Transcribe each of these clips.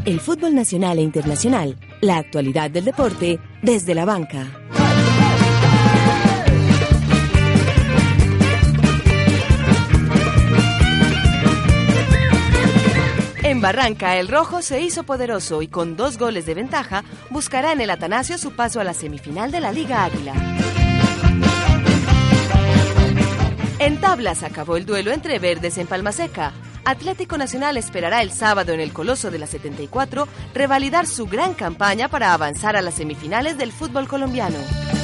El fútbol nacional e internacional, la actualidad del deporte desde la banca. En Barranca, el rojo se hizo poderoso y con 2 goles de ventaja buscará en el Atanasio su paso a la semifinal de la Liga Águila. En tablas acabó el duelo entre verdes en Palmaseca. Atlético Nacional esperará el sábado en el Coloso de la 74 revalidar su gran campaña para avanzar a las semifinales del fútbol colombiano.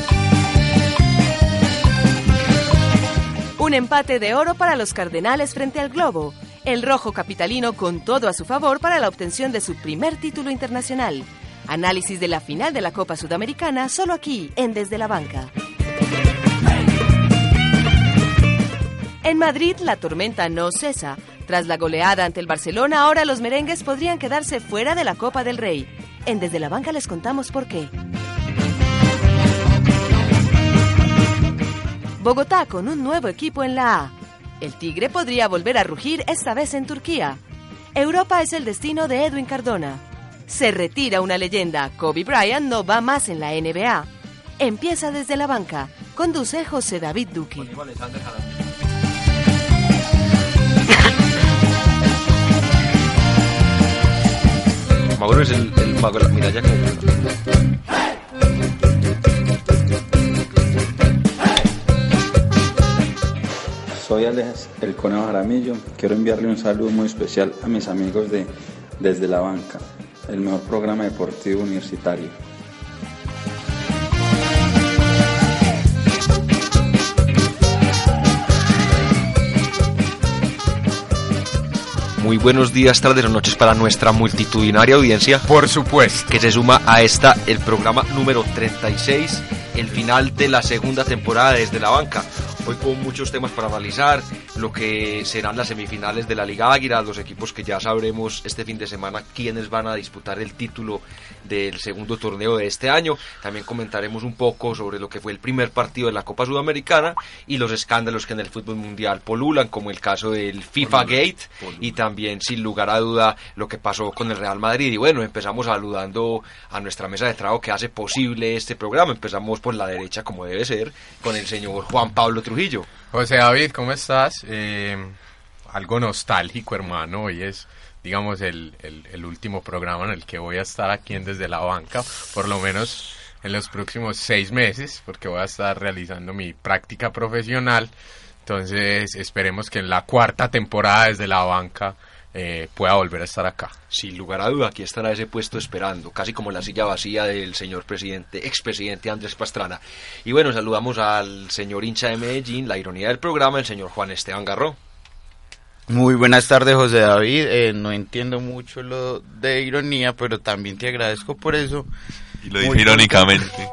Un empate de oro para los Cardenales frente al Globo. El rojo capitalino con todo a su favor para la obtención de su primer título internacional. Análisis de la final de la Copa Sudamericana solo aquí en Desde la Banca. En Madrid, la tormenta no cesa. Tras la goleada ante el Barcelona, ahora los merengues podrían quedarse fuera de la Copa del Rey. En Desde la Banca les contamos por qué. Bogotá con un nuevo equipo en la A. El Tigre podría volver a rugir esta vez en Turquía. Europa es el destino de Edwin Cardona. Se retira una leyenda. Kobe Bryant no va más en la NBA. Empieza Desde la Banca. Conduce José David Duque. Mauro es el mago de la miralla. Soy Alex, el Conejo Jaramillo. Quiero enviarle un saludo muy especial a mis amigos de Desde la Banca, el mejor programa deportivo universitario. Muy buenos días, tardes o noches para nuestra multitudinaria audiencia. Por supuesto. Que se suma a el programa número 36, el final de la segunda temporada de Desde la Banca. Hoy con muchos temas para analizar, lo que serán las semifinales de la Liga Águila, los equipos que ya sabremos este fin de semana quiénes van a disputar el título del segundo torneo de este año. También comentaremos un poco sobre lo que fue el primer partido de la Copa Sudamericana y los escándalos que en el fútbol mundial polulan, como el caso del FIFA Gate y también, sin lugar a duda, lo que pasó con el Real Madrid. Y bueno, empezamos saludando a nuestra mesa de trabajo que hace posible este programa. Empezamos por la derecha, como debe ser, con el señor Juan Pablo Trujillo. José David, ¿cómo estás? Algo nostálgico, hermano. Hoy es, digamos, el último programa en el que voy a estar aquí en Desde la Banca, por lo menos en los próximos 6 meses, porque voy a estar realizando mi práctica profesional. Entonces, esperemos que en la 4ª temporada Desde la Banca pueda volver a estar acá. Sin lugar a duda, aquí estará ese puesto esperando, casi como la silla vacía del señor expresidente Andrés Pastrana. Y bueno, saludamos al señor hincha de Medellín, la ironía del programa, el señor Juan Esteban Garró. Muy buenas tardes, José David. No entiendo mucho lo de ironía, pero también te agradezco por eso. Y lo dije irónicamente.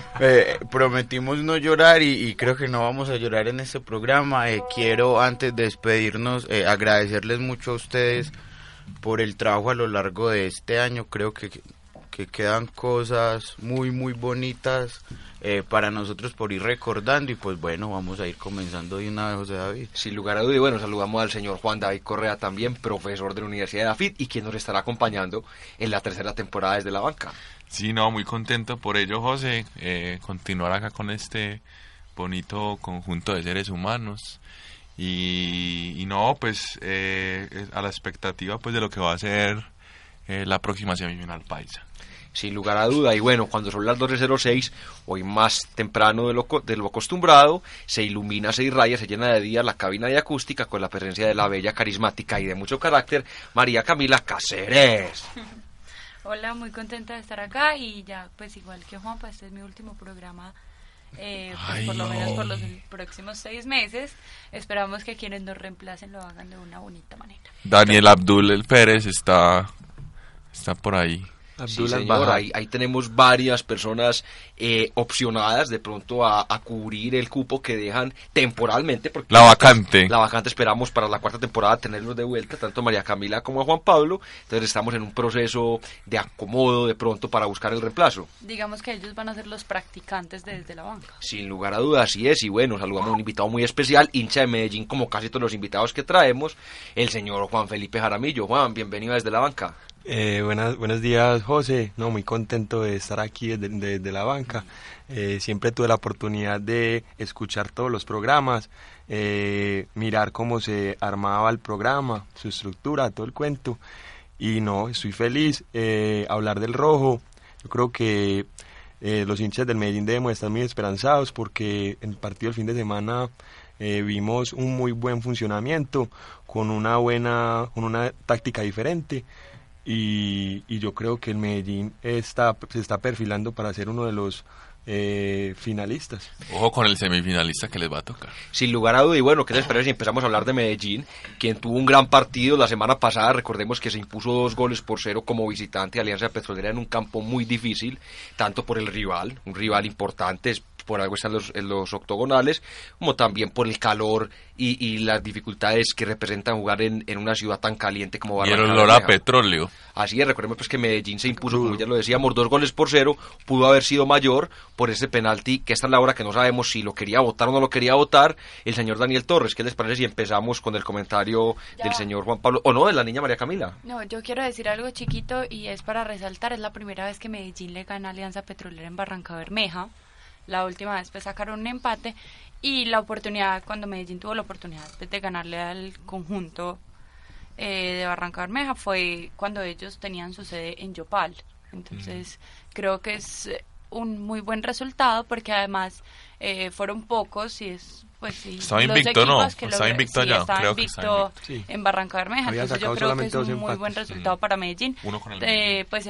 Prometimos no llorar y creo que no vamos a llorar en este programa. Quiero, antes de despedirnos, agradecerles mucho a ustedes por el trabajo a lo largo de este año. Creo que quedan cosas muy, muy bonitas para nosotros por ir recordando. Y pues bueno, vamos a ir comenzando de una vez, José David. Sin lugar a duda, y bueno, saludamos al señor Juan David Correa también, profesor de la Universidad de AFIT y quien nos estará acompañando en la 3ª temporada Desde la Banca. Sí, no, muy contento por ello, José, continuar acá con este bonito conjunto de seres humanos y no, pues a la expectativa pues de lo que va a ser la próxima semifinal paisa. Sin lugar a duda, y bueno, cuando son las 12:06, hoy más temprano de lo acostumbrado, se ilumina, se irradia, se llena de día la cabina de acústica con la presencia de la bella, carismática y de mucho carácter, María Camila Cáceres. Hola, muy contenta de estar acá y ya, pues igual que Juanpa, este es mi último programa, pues por lo menos por los próximos 6 meses. Esperamos que quienes nos reemplacen lo hagan de una bonita manera. Daniel Abdul Pérez está por ahí. Sí, señor, ahí tenemos varias personas opcionadas de pronto a cubrir el cupo que dejan temporalmente. Porque la vacante esperamos para la 4ª temporada tenerlos de vuelta, tanto a María Camila como a Juan Pablo. Entonces estamos en un proceso de acomodo de pronto para buscar el reemplazo. Digamos que ellos van a ser los practicantes Desde la Banca. Sin lugar a dudas, así es. Y bueno, saludamos a un invitado muy especial, hincha de Medellín, como casi todos los invitados que traemos, el señor Juan Felipe Jaramillo. Juan, bienvenido a Desde la Banca. Buenos días, José. No, muy contento de estar aquí desde la banca. Siempre tuve la oportunidad de escuchar todos los programas, mirar cómo se armaba el programa, su estructura, todo el cuento. Y no, estoy feliz. Hablar del rojo, yo creo que los hinchas del Medellín debemos estar muy esperanzados porque en el partido del fin de semana vimos un muy buen funcionamiento con una táctica diferente. Y yo creo que el Medellín se está perfilando para ser uno de los finalistas. Ojo con el semifinalista que les va a tocar. Sin lugar a duda, y bueno, ¿qué les parece si empezamos a hablar de Medellín, quien tuvo un gran partido la semana pasada? Recordemos que se impuso 2-0 como visitante a Alianza Petrolera en un campo muy difícil, tanto por el rival, un rival importante, por algo están en los octogonales, como también por el calor y las dificultades que representan jugar en una ciudad tan caliente como Barranca. Y el olor a petróleo. Así es, recordemos pues que Medellín se impuso, como ya lo decíamos, 2-0, pudo haber sido mayor por ese penalti, que esta es la hora que no sabemos si lo quería votar o no lo quería votar, el señor Daniel Torres. ¿Qué les parece si empezamos con el comentario del señor Juan Pablo, o no, de la niña María Camila? No, yo quiero decir algo chiquito y es para resaltar, es la primera vez que Medellín le gana a Alianza Petrolera en Barranca Bermeja. La última vez pues sacaron un empate y la oportunidad, cuando Medellín tuvo la oportunidad de ganarle al conjunto de Barranca Bermeja, fue cuando ellos tenían su sede en Yopal. Entonces creo que es un muy buen resultado porque además fueron pocos y es pues sí, estaba invicto, ¿no? Estaba invicto allá, creo que estaba invicto sí. En Barranca Bermeja. Entonces yo creo que es un muy buen resultado para Medellín. Uno con el pues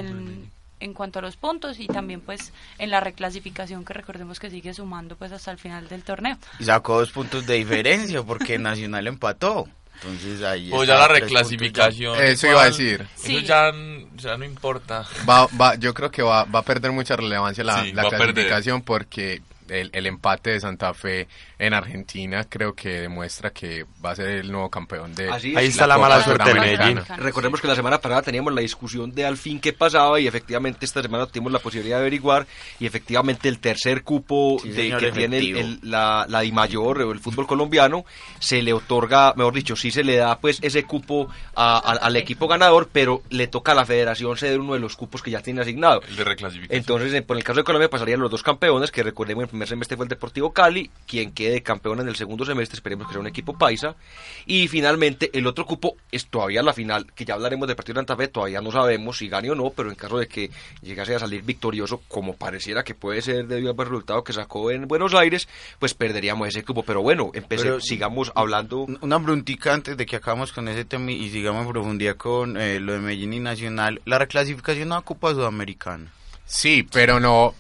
en cuanto a los puntos y también pues en la reclasificación, que recordemos que sigue sumando pues hasta el final del torneo. Y sacó 2 puntos de diferencia porque Nacional empató. Entonces ahí ya la reclasificación. Eso iba a decir. Sí. Eso ya no importa. Yo creo que va a perder mucha relevancia la clasificación porque el empate de Santa Fe en Argentina creo que demuestra que va a ser el nuevo campeón de ahí está la mala suerte del Medellín. Recordemos que la semana pasada teníamos la discusión de al fin qué pasaba y efectivamente esta semana tuvimos la posibilidad de averiguar y efectivamente el tercer cupo que tiene la DIMAYOR o el fútbol colombiano se le otorga, mejor dicho, sí se le da pues ese cupo al equipo ganador, pero le toca a la federación ceder uno de los cupos que ya tiene asignado. El de reclasificación. Entonces, por el caso de Colombia pasarían los 2 campeones, que recordemos el primer semestre fue el Deportivo Cali, quien quede campeón en el segundo semestre, esperemos que sea un equipo paisa, y finalmente el otro cupo es todavía la final, que ya hablaremos del partido de Santa Fe, todavía no sabemos si gane o no, pero en caso de que llegase a salir victorioso, como pareciera que puede ser debido al resultado que sacó en Buenos Aires, pues perderíamos ese cupo, pero bueno, sigamos hablando. Una preguntita antes de que acabamos con ese tema y sigamos en profundidad con lo de Medellín y Nacional, la reclasificación a Copa Sudamericana. Sí, pero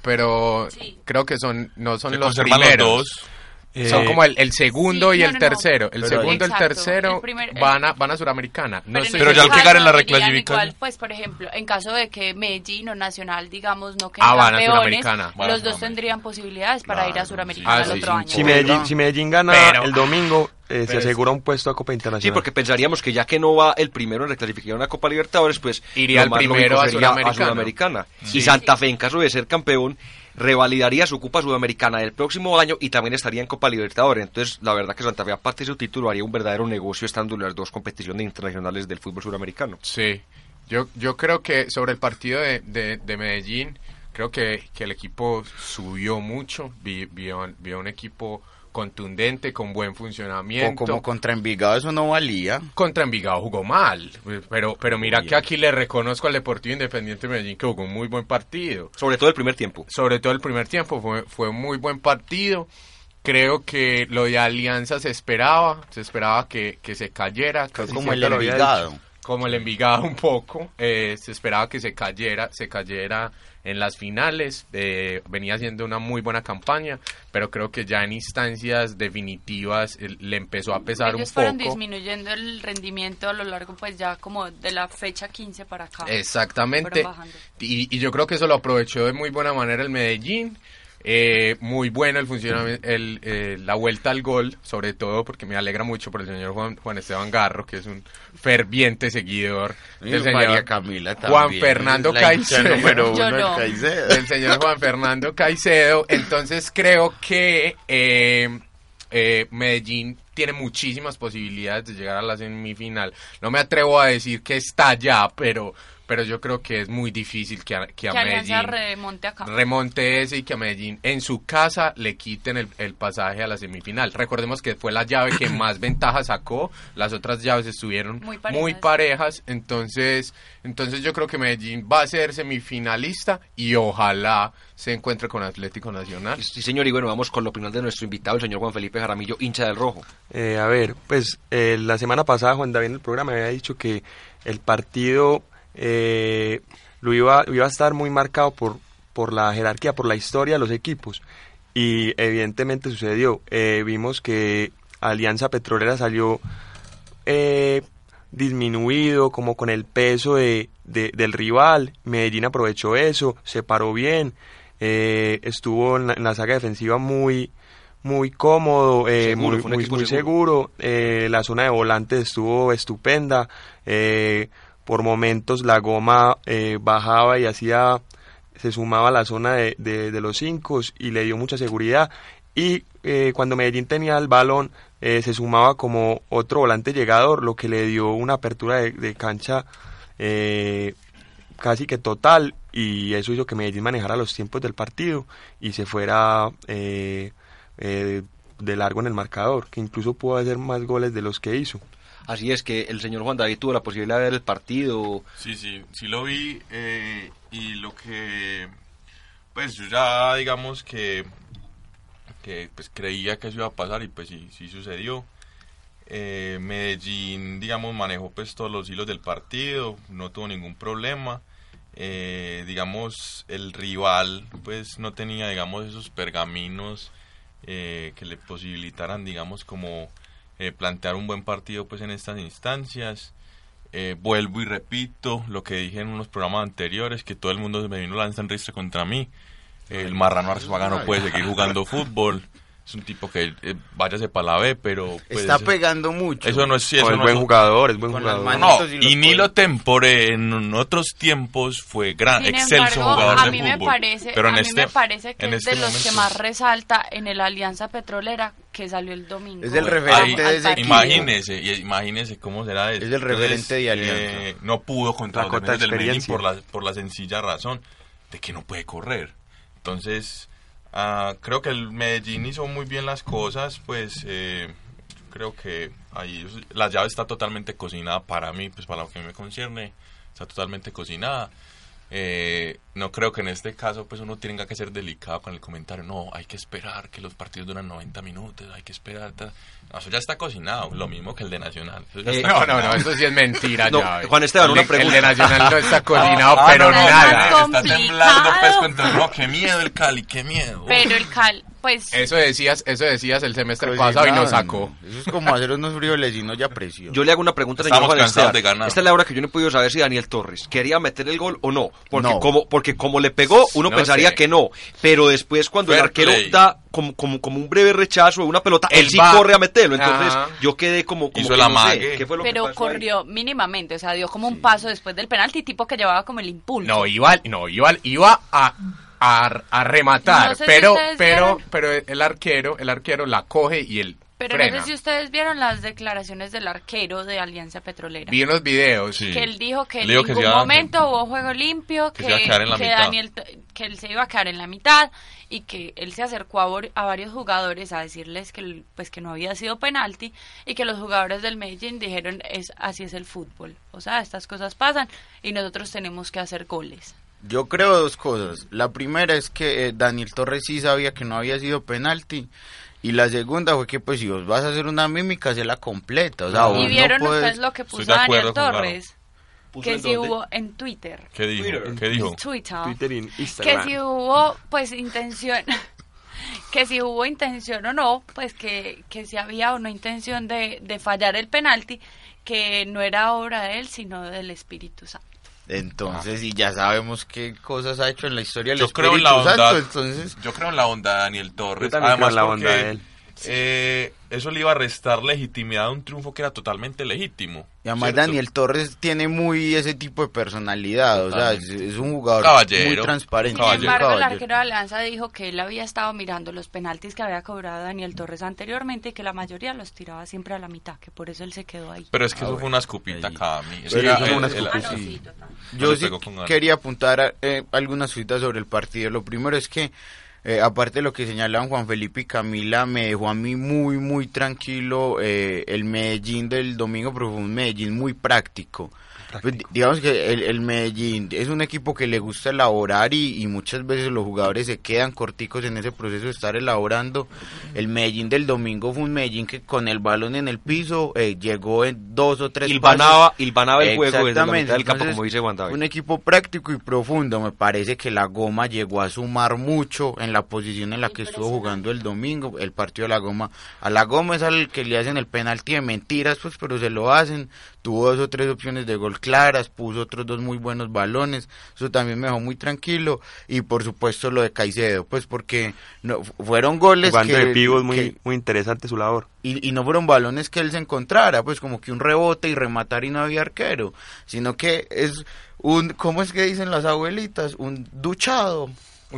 creo que no son los primeros. Los dos. Son como el segundo y el tercero. El pero segundo y el tercero van a Suramericana. Pero ya al llegar en la reclasificación. Pues, por ejemplo, en caso de que Medellín o Nacional, digamos, no queden campeones, los dos tendrían posibilidades para ir a Suramericana el otro año. Si Medellín gana el domingo, se asegura un puesto a Copa Internacional. Sí, porque pensaríamos que ya que no va el primero en reclasificación a Copa Libertadores, pues iría el primero a Sudamericana. Sí. Y Santa Fe, en caso de ser campeón, revalidaría su Copa Sudamericana del próximo año y también estaría en Copa Libertadores. Entonces, la verdad que Santa Fe, aparte de su título, haría un verdadero negocio estando en las 2 competiciones internacionales del fútbol suramericano. Sí, yo creo que sobre el partido de Medellín, creo que el equipo subió mucho, vio un equipo contundente, con buen funcionamiento. Como contra Envigado eso no valía. Contra Envigado jugó mal, pero mira que aquí le reconozco al Deportivo Independiente de Medellín que jugó un muy buen partido. Sobre todo el primer tiempo. Fue un muy buen partido. Creo que lo de Alianza se esperaba que se cayera. Como el Envigado. Como el Envigado un poco, se esperaba que se cayera en las finales, venía haciendo una muy buena campaña, pero creo que ya en instancias definitivas le empezó a pesar un poco. Ellos fueron disminuyendo el rendimiento a lo largo, pues ya como de la fecha 15 para acá. Exactamente, y yo creo que eso lo aprovechó de muy buena manera el Medellín. Muy bueno el funcionamiento, la vuelta al gol, sobre todo porque me alegra mucho por el señor Juan Esteban Garro, que es un ferviente seguidor del señor María Camila también, Juan Fernando Caicedo, número uno Caicedo. Del señor Juan Fernando Caicedo. Entonces creo que Medellín tiene muchísimas posibilidades de llegar a la semifinal. No me atrevo a decir que está ya, pero yo creo que es muy difícil que a Alianza Medellín remonte ese y que a Medellín en su casa le quiten el pasaje a la semifinal. Recordemos que fue la llave que más ventaja sacó, las otras llaves estuvieron muy parejas, entonces yo creo que Medellín va a ser semifinalista y ojalá se encuentre con Atlético Nacional. Sí, señor, y bueno, vamos con la opinión de nuestro invitado, el señor Juan Felipe Jaramillo, hincha del Rojo. A ver, pues la semana pasada Juan David en el programa me había dicho que el partido lo iba a estar muy marcado por la jerarquía, por la historia de los equipos, y evidentemente sucedió. Vimos que Alianza Petrolera salió disminuido, como con el peso del rival. Medellín aprovechó eso, se paró bien, estuvo en la saga defensiva muy cómodo, muy seguro. La zona de volantes estuvo estupenda. Por momentos la goma bajaba y se sumaba a la zona de los 5 y le dio mucha seguridad. Y cuando Medellín tenía el balón, se sumaba como otro volante llegador, lo que le dio una apertura de cancha casi que total, y eso hizo que Medellín manejara los tiempos del partido y se fuera de largo en el marcador, que incluso pudo hacer más goles de los que hizo. Así es, que el señor Juan David tuvo la posibilidad de ver el partido. Sí lo vi, y lo que, pues yo ya digamos que pues creía que eso iba a pasar, y pues sí sucedió. Medellín, digamos, manejó pues todos los hilos del partido, no tuvo ningún problema. Digamos, el rival pues no tenía, digamos, esos pergaminos que le posibilitaran, digamos, como plantear un buen partido pues en estas instancias. Vuelvo y repito lo que dije en unos programas anteriores, que todo el mundo me vino lanza en ristre contra mí. El Marrano Arzuaga no puede seguir jugando fútbol. Es un tipo que váyase para la B, pero pues, está pegando mucho. Eso no es cierto. Es buen jugador. No, y Nilo Tempore en otros tiempos fue excelso jugador de fútbol. Pero me parece que es de los que más resalta en el Alianza Petrolera, que salió el domingo. Es el referente de ese equipo. Imagínese cómo será eso. Es el referente de Alianza. No pudo contra los defensores del Medellín por la sencilla razón de que no puede correr. Entonces, creo que el Medellín hizo muy bien las cosas, pues creo que ahí la llave está totalmente cocinada para mí, pues para lo que me concierne, está totalmente cocinada. No creo que en este caso pues uno tenga que ser delicado con el comentario, no, hay que esperar que los partidos duran 90 minutos, hay que esperar, eso ya está cocinado, lo mismo que el de Nacional. No, eso sí es mentira. No, ya, Juan Esteban, una pregunta. El de Nacional no está cocinado, pero nada. Está temblando pues contra no, qué miedo el Cali, qué miedo. Pero el Cali, pues... Eso decías el semestre pasado y nos sacó. Eso es como hacer unos frijoles y no ya presión. Yo le hago una pregunta, señor Juan Esteban. Esta es la hora que yo no he podido saber si Daniel Torres quería meter el gol o no. Porque como le pegó, uno pensaría que no. Pero después cuando el arquero da como un breve rechazo de una pelota, él sí corre a meterlo. Entonces yo quedé como hizo el amague. ¿Qué fue lo pero que pasó corrió ahí? Mínimamente, o sea, dio como un paso después del penalti, tipo que llevaba como el impulso. No, iba a rematar, No sé pero el arquero la coge y él Pero frena. no sé si ustedes vieron las declaraciones del arquero de Alianza Petrolera. Vi unos videos. Sí. Que él dijo que en Dijo que ningún momento hubo juego limpio, que él se iba a quedar en la mitad y que él se acercó a varios jugadores a decirles que pues que no había sido penalti y que los jugadores del Medellín dijeron así es el fútbol. O sea, estas cosas pasan y nosotros tenemos que hacer goles. Yo creo dos cosas. La primera es que Daniel Torres sí sabía que no había sido penalti. Y la segunda fue que pues si vos vas a hacer una mímica, se la completa. O sea, y vieron no qué es lo que puso Daniel Torres. Que si hubo en Twitter. ¿Qué dijo? Twitter y Instagram. Que si hubo pues intención, que si hubo intención o no, pues que si había o no intención de fallar el penalti, que no era obra de él, sino del Espíritu Santo. Entonces, y ya sabemos qué cosas ha hecho en la historia del Yo Espíritu creo en la Santo, onda, entonces... Yo creo en la onda de Daniel Torres. Yo también Además, creo en la onda de él. eso le iba a restar legitimidad a un triunfo que era totalmente legítimo. Y además ¿cierto? Daniel Torres tiene muy ese tipo de personalidad, o sea, es un jugador Caballero. muy transparente. Sin embargo, el Caballero. arquero de Alianza dijo que él había estado mirando los penaltis que había cobrado Daniel Torres anteriormente y que la mayoría los tiraba siempre a la mitad, que por eso él se quedó ahí. Pero es que eso fue una escupita acá a mí. Pero eso fue una escupita. Sí, total. Yo le sí pegó con ganas. quería apuntar algunas cositas sobre el partido. Lo primero es que, aparte de lo que señalaban Juan Felipe y Camila, me dejó a mí muy tranquilo el Medellín del domingo, pero fue un Medellín muy práctico. Pues, digamos que el Medellín es un equipo que le gusta elaborar y muchas veces los jugadores se quedan corticos en ese proceso de estar elaborando. El Medellín del domingo fue un Medellín que con el balón en el piso llegó en 2 o 3 Hilvanaba el juego desde la Exactamente. mitad del campo, Entonces, como dice Juan David. un equipo práctico y profundo. Me parece que la Goma llegó a sumar mucho en la posición en la que estuvo jugando el domingo. El partido de la Goma, a la Goma es al que le hacen el penalti de mentiras, pues, pero se lo hacen. Tuvo 2 o 3 opciones de gol claras, puso otros 2 muy buenos balones. Eso también me dejó muy tranquilo. Y por supuesto lo de Caicedo, pues porque no fueron goles Jugando que, de pivot, que- muy interesante su labor. y no fueron balones que él se encontrara, pues como que un rebote y rematar y no había arquero, sino que es ¿cómo es que dicen las abuelitas? Un duchado.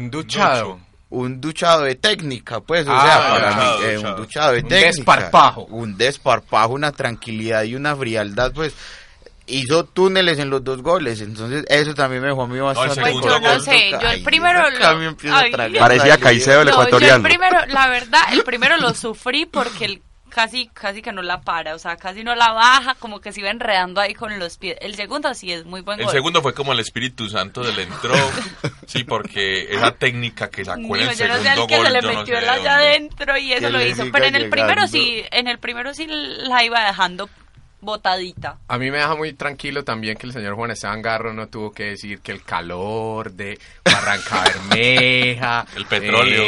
Un duchado de técnica, pues, o sea, para mí, un duchado de técnica. Desparpajo. Un desparpajo, una tranquilidad y una frialdad, pues, hizo túneles en los 2 goles, entonces eso también me dejó a mí bastante. Pues yo no sé, yo el primero me empiezo a ay, tragar. Parecía Caicedo el No, yo ecuatoriano. la verdad, el primero lo sufrí porque él casi que no la para, o sea, casi no la baja, como que se iba enredando ahí con los pies. El segundo sí es muy buen El gol. segundo fue como el Espíritu Santo del entró, sí, porque esa técnica que sacó en el Yo no sé segundo al que gol, se le yo no metió sé él allá dónde. adentro y Que eso lo le hizo, siga pero en el primero llegando. sí la iba dejando botadita. A mí me deja muy tranquilo también que el señor Juan Esteban Garro no tuvo que decir que el calor de Barranca Bermeja, El petróleo.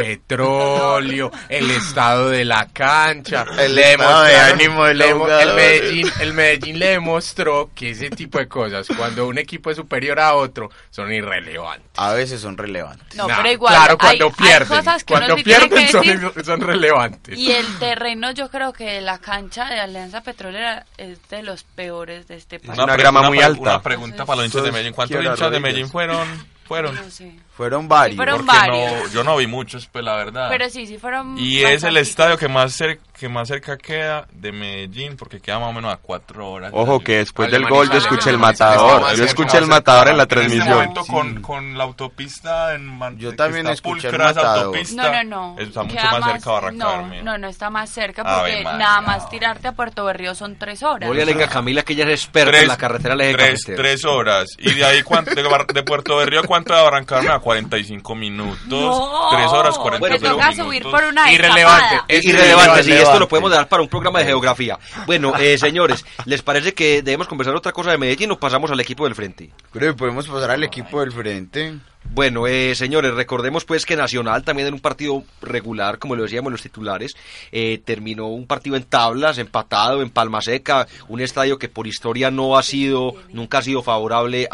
el estado de la cancha, El le estado de demostraron- ánimo de los le- jugadores. el Medellín le demostró que ese tipo de cosas, cuando un equipo es superior a otro, son irrelevantes. A veces son relevantes. No, Nah, pero igual, claro, cuando hay pierden, cosas que uno cuando sí tiene pierden que decir. son relevantes. Y el terreno, yo creo que la cancha de Alianza Petrolera es de los peores de este país. Una grama muy alta. Una pregunta para los hinchas de Medellín. ¿Cuántos Quiebra hinchas de rodillas. Medellín fueron? No sé. Fueron varios. Fueron Porque varios. yo no vi muchos, pues la verdad. Pero sí fueron. Y es el bastantitos. estadio que más cerca queda de Medellín, porque queda más o menos a 4 horas. Ojo que después Al del de gol yo Manizales. escuché el Estaba matador. más Yo cerca, escuché el más matador cerca. en la En este transmisión. momento Sí. con la autopista Yo que también está escuché el pulcra esa matador. autopista, No. está mucho Queda más cerca a Barranca Bermeja. No está más cerca Ave porque María. nada más tirarte a Puerto Berrío son 3 horas. Voy a leer a Camila, que ella es experta en la carretera del eje cafetero. 3 horas. Y de ahí, de Puerto Berrío, ¿cuánto de Barranca Bermeja? 45 minutos. No. 3 horas, Te 45 toca minutos. subir por una Irrelevante. escapada. Es Es irrelevante, sí, irrelevante. esto lo podemos dar para un programa de geografía. Bueno, señores, ¿les parece que debemos conversar otra cosa de Medellín o pasamos al equipo del frente? Creo que podemos pasar al equipo del frente. Bueno, señores, recordemos pues que Nacional también en un partido regular, como lo decíamos en los titulares, terminó un partido en tablas, empatado en Palma Seca, un estadio que por historia nunca ha sido favorable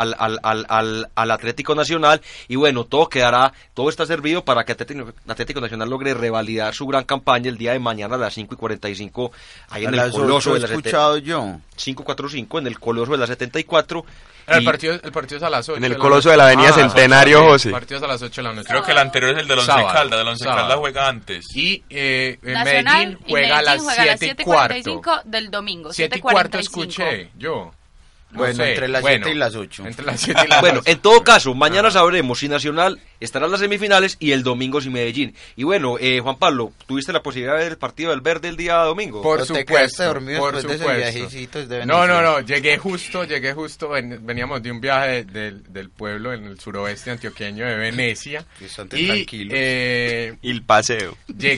al Atlético Nacional, y bueno, todo está servido para que Atlético Nacional logre revalidar su gran campaña el día de mañana a las 5:45 ahí A en el las Coloso 8 de he la escuchado yo. 545 en el Coloso de la 74. El y- partido es a las 8. En el Coloso de la Avenida Centenario, José. El partido es a las 8 de la noche. Creo que el anterior es el del Once Sábado. Caldas. El Once Sábado. Caldas juega antes. Y Nacional Medellín y juega a las Medellín juega a las 7:15 del domingo. 7:15 7:45. escuché yo. No Bueno, sé. entre las Bueno, 7 y las 8. Entre las 7 y las Bueno, 8. en todo caso, mañana sabremos si Nacional estará en las semifinales y el domingo si Medellín. Y bueno, Juan Pablo, ¿tuviste la posibilidad de ver el partido del Verde el día domingo? Por ¿O te supuesto, quedaste dormido por después de ese supuesto. viajecito desde No, Venezuela? llegué justo, veníamos de un viaje del pueblo en el suroeste antioqueño de Venecia. Bastante Y tranquilos. Y el paseo.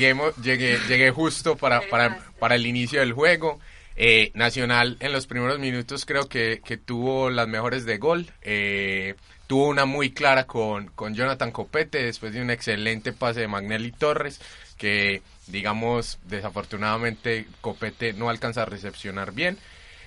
llegué justo para el inicio del juego. Nacional en los primeros minutos creo que tuvo las mejores de gol. Tuvo una muy clara con Jonathan Copete después de un excelente pase de Magnelli Torres, que digamos desafortunadamente Copete no alcanza a recepcionar bien.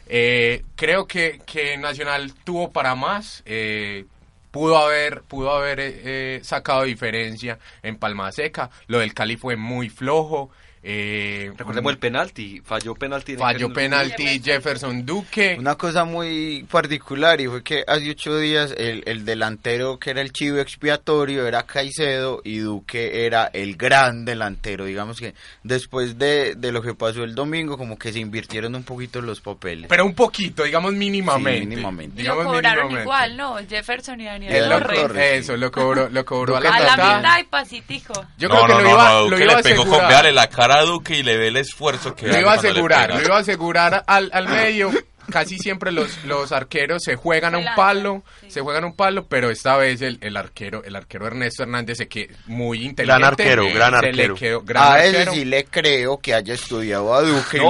Creo que Nacional tuvo para más. Pudo haber sacado diferencia en Palma Seca. Lo del Cali fue muy flojo. Recordemos el penalti, falló penalti Jefferson Duque. Una cosa muy particular y fue que hace 8 días el delantero que era el chivo expiatorio era Caicedo y Duque era el gran delantero. Digamos que después de lo que pasó el domingo, como que se invirtieron un poquito los papeles. Pero un poquito, digamos mínimamente. Sí, mínimamente. Lo cobraron igual, ¿no? Jefferson y Daniel Torres. Eso, lo cobró a la mitad y pasitico. Yo creo que lo iba a pegó con asegurar. véale la cara a Duque y le ve el esfuerzo que Lo iba a asegurar al medio. Casi siempre los arqueros se juegan a un palo, pero esta vez el arquero Ernesto Hernández muy inteligente. Gran arquero. Ese sí le creo que haya estudiado a Duque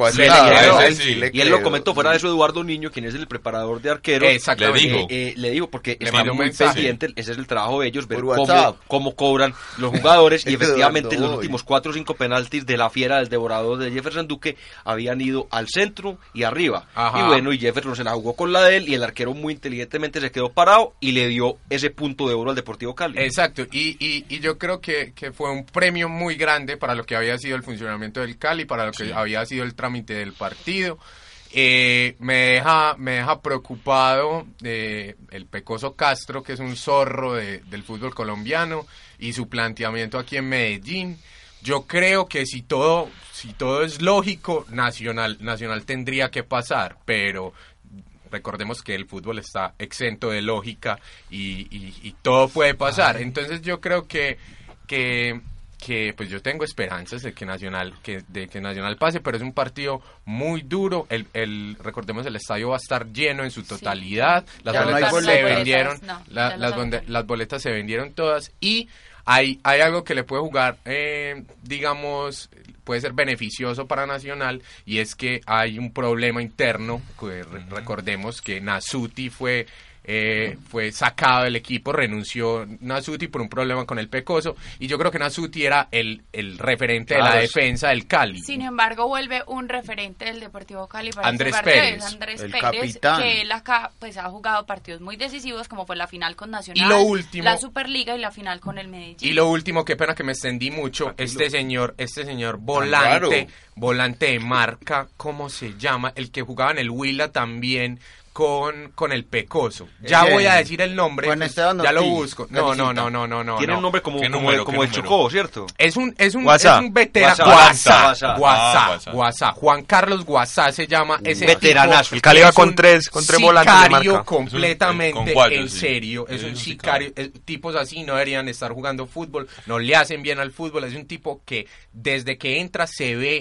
y él lo comentó fuera de eso. Eduardo Niño, quien es el preparador de arqueros, le digo porque está muy pendiente, ese es el trabajo de ellos, ver cómo cobran los jugadores y efectivamente los últimos 4 o 5 penaltis de la fiera del devorador de Jefferson Duque habían ido al centro y arriba. Y bueno, y Jefferson se la jugó con la de él y el arquero muy inteligentemente se quedó parado y le dio ese punto de oro al Deportivo Cali. Exacto, y yo creo que fue un premio muy grande para lo que había sido el funcionamiento del Cali, para lo que había sido el trámite del partido. Me deja preocupado el Pecoso Castro, que es un zorro del fútbol colombiano, y su planteamiento aquí en Medellín. Yo creo que si todo es lógico, Nacional tendría que pasar, pero recordemos que el fútbol está exento de lógica y todo puede pasar. Entonces yo creo que pues yo tengo esperanzas de que Nacional pase, pero es un partido muy duro. Recordemos, el estadio va a estar lleno en su totalidad. Las boletas se vendieron todas y hay algo que le puede jugar, digamos, puede ser beneficioso para Nacional, y es que hay un problema interno. Recordemos que Nasuti fue sacado del equipo, renunció Nasuti por un problema con el Pecoso, y yo creo que Nasuti era el referente de la defensa del Cali. Sin embargo, vuelve un referente del Deportivo Cali para Andrés este Pérez, el capitán, que él acá pues ha jugado partidos muy decisivos, como fue la final con Nacional, y lo último, la Superliga y la final con el Medellín. Y lo último, qué pena que me extendí mucho, este señor volante de marca, ¿cómo se llama? El que jugaba en el Huila también con el Pecoso. Ya voy a decir el nombre, ya lo busco. No. Tiene un nombre como el Chocó, ¿cierto? Es un veterano. Guasá. Juan Carlos Guasá se llama ese veteranazo. El Cali va con tres volantes de marca. Completamente en serio. Es un sicario. Tipos así no deberían estar jugando fútbol. No le hacen bien al fútbol. Es un tipo que desde que entra se ve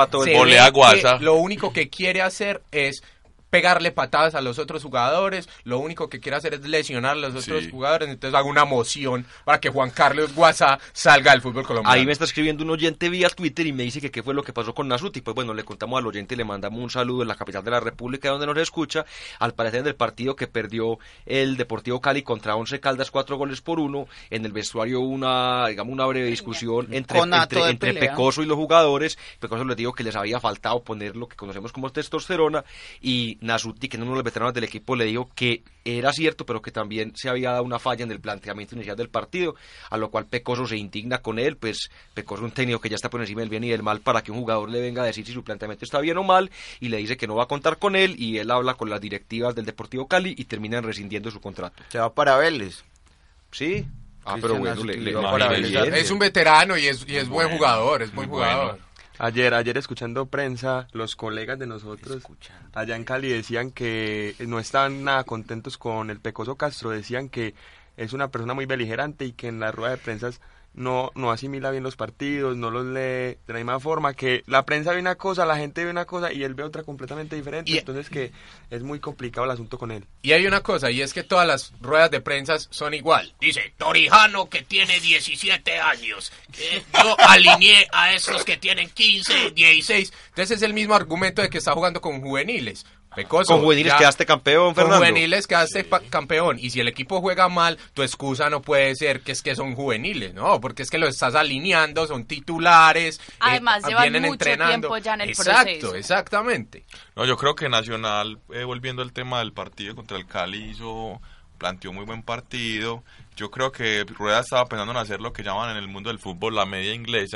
lo único que quiere hacer es pegarle patadas a los otros jugadores, lo único que quiere hacer es lesionar a los otros jugadores. Entonces hago una moción para que Juan Carlos Guasá salga del fútbol colombiano. Ahí me está escribiendo un oyente vía Twitter y me dice que qué fue lo que pasó con Nasuti. Pues bueno, le contamos al oyente y le mandamos un saludo en la capital de la República, donde nos escucha. Al parecer, en el partido que perdió el Deportivo Cali contra Once Caldas 4-1, en el vestuario una breve discusión entre Pecoso y los jugadores. Pecoso les dijo que les había faltado poner lo que conocemos como testosterona, y Nasuti, que es uno de los veteranos del equipo, le dijo que era cierto, pero que también se había dado una falla en el planteamiento inicial del partido, a lo cual Pecoso se indigna con él. Pues Pecoso es un técnico que ya está por encima del bien y del mal para que un jugador le venga a decir si su planteamiento está bien o mal, y le dice que no va a contar con él, y él habla con las directivas del Deportivo Cali y terminan rescindiendo su contrato. Se va para Vélez. ¿Sí? Pero bueno, es un veterano y es buen jugador, es buen jugador. Ayer escuchando prensa, los colegas de nosotros allá en Cali decían que no estaban nada contentos con el Pecoso Castro, decían que es una persona muy beligerante y que en la rueda de prensa no asimila bien los partidos, no los lee de la misma forma, que la prensa ve una cosa, la gente ve una cosa y él ve otra completamente diferente, entonces que es muy complicado el asunto con él. Y hay una cosa, y es que todas las ruedas de prensa son igual. Dice, Torijano, que tiene 17 años, yo alineé a estos que tienen 15, 16, entonces es el mismo argumento de que está jugando con juveniles. Pecoso, con juveniles quedaste campeón, Fernando. Con juveniles quedaste campeón. Y si el equipo juega mal, tu excusa no puede ser que es que son juveniles, no, porque es que los estás alineando, son titulares. Además, llevan mucho entrenando. tiempo ya en el proceso. Exactamente. No, yo creo que Nacional, volviendo al tema del partido contra el Cali, planteó muy buen partido. Yo creo que Rueda estaba pensando en hacer lo que llaman en el mundo del fútbol la media inglesa,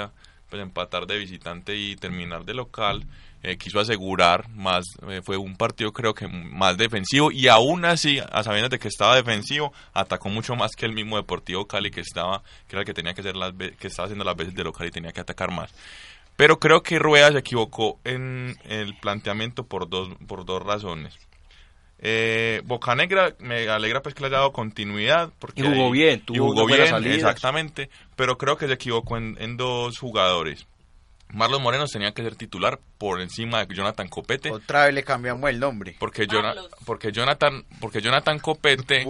pues empatar de visitante y terminar de local. Quiso asegurar más, fue un partido creo que más defensivo, y aún así, a sabiendas de que estaba defensivo, atacó mucho más que el mismo Deportivo Cali, que era el que tenía que hacer que estaba haciendo las veces de local y tenía que atacar más. Pero creo que Rueda se equivocó en el planteamiento por dos razones. Bocanegra me alegra pues que le haya dado continuidad porque y jugó bien, jugó bien, exactamente, pero creo que se equivocó en dos jugadores. Marlos Moreno tenía que ser titular por encima de Jonathan Copete. Otra vez le cambiamos el nombre. Porque Jonathan Copete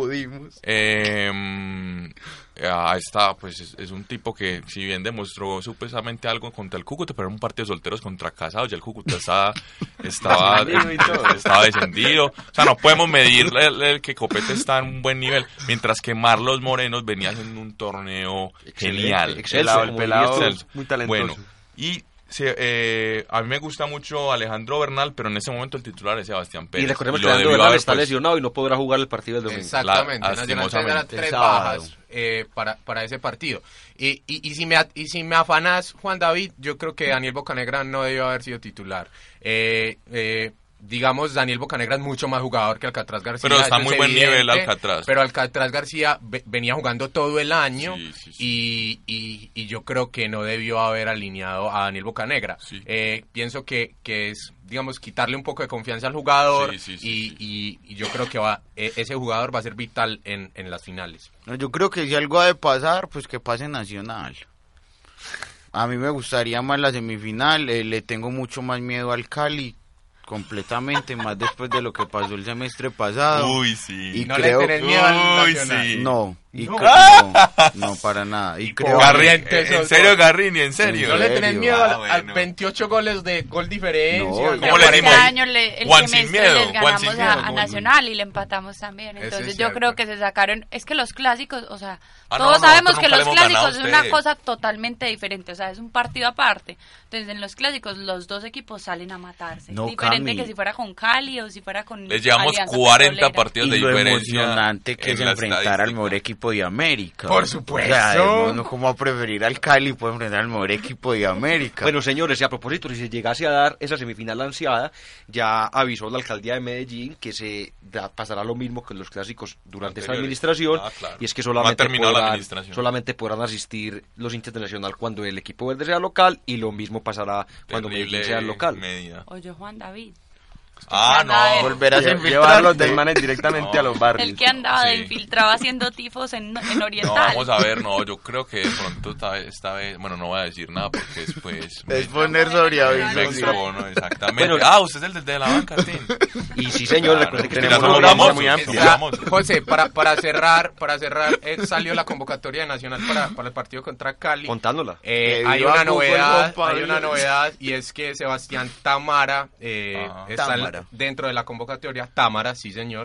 está, pues es un tipo que si bien demostró supuestamente algo contra el Cúcuta, pero era un partido de solteros contra casados, ya el Cúcuta estaba descendido. O sea, no podemos medir el que Copete está en un buen nivel, mientras que Marlos Moreno venía haciendo un torneo genial. Excelso, el pelado muy talentoso. Bueno, y a mí me gusta mucho Alejandro Bernal, pero en ese momento el titular es Sebastián Pérez. Y recordemos que Alejandro Bernal está lesionado y no podrá jugar el partido del domingo. Exactamente, Nacional tendrá 3 bajas para ese partido. Y si me afanas, Juan David, yo creo que Daniel Bocanegra no debió haber sido titular. Digamos, Daniel Bocanegra es mucho más jugador que Alcatraz García. Pero está a muy buen nivel Alcatraz. Pero Alcatraz García venía jugando todo el año, sí. Y yo creo que no debió haber alineado a Daniel Bocanegra. Sí. Pienso que es, digamos, quitarle un poco de confianza al jugador y yo creo que ese jugador va a ser vital en las finales. Yo creo que si algo ha de pasar, pues que pase Nacional. A mí me gustaría más la semifinal, le tengo mucho más miedo al Cali. Completamente, más después de lo que pasó el semestre pasado. Uy, sí. Y no creo, le tenés miedo al Nacional. Sí. No, para nada. Y creo ¿En serio, Garrini? ¿En serio? ¿No le tenés miedo al 28 goles de gol diferencia? ¿Cómo le dimos? Este año el Juan semestre sin miedo, les ganamos Juan sin a miedo. Nacional y le empatamos también. Entonces yo creo que se sacaron, es que los clásicos, o sea, todos no, sabemos que nunca los le hemos ganado clásicos a es una ustedes. cosa totalmente diferente, o sea, es un partido aparte. Entonces en los clásicos los dos equipos salen a matarse. No, diferente Cami. que si fuera con Cali o si fuera con Les llevamos Alianza 40 Petrolera. partidos y de lo diferencia. emocionante que es en la enfrentar al estadística. mejor equipo de América. Por supuesto. O sea, uno como a preferir al Cali puede enfrentar al mejor equipo de América. Bueno, señores, y a propósito, si se llegase a dar esa semifinal ansiada, ya avisó la alcaldía de Medellín que pasará lo mismo que en los clásicos durante esta administración, Claro. y es que No ha terminado la administración. solamente podrán asistir los hinchas de Nacional cuando el equipo verde sea local, y lo mismo pasará cuando Medellín sea local. Medida. Oye, Juan David. Volverás a llevarlos infiltrarte. del manes directamente a los barrios. El que andaba de Sí. infiltrado haciendo tifos en No, Oriental. vamos a ver, yo creo que de pronto esta vez, bueno, no voy a decir nada porque después Es poner sobre aviso. me expono, exactamente. Bueno, Usted es el de la banca, Tim. Y sí, señor, Claro, recuerden que mira, tenemos somos un programa famosos, muy amplio. somos famosos. José, para cerrar, salió la convocatoria de Nacional para el partido contra Cali. Contándola. Hay viva una Cuco y novedad, Juan Pablo. y es que Sebastián Tamara está Támara. dentro de la convocatoria. Támara, sí señor.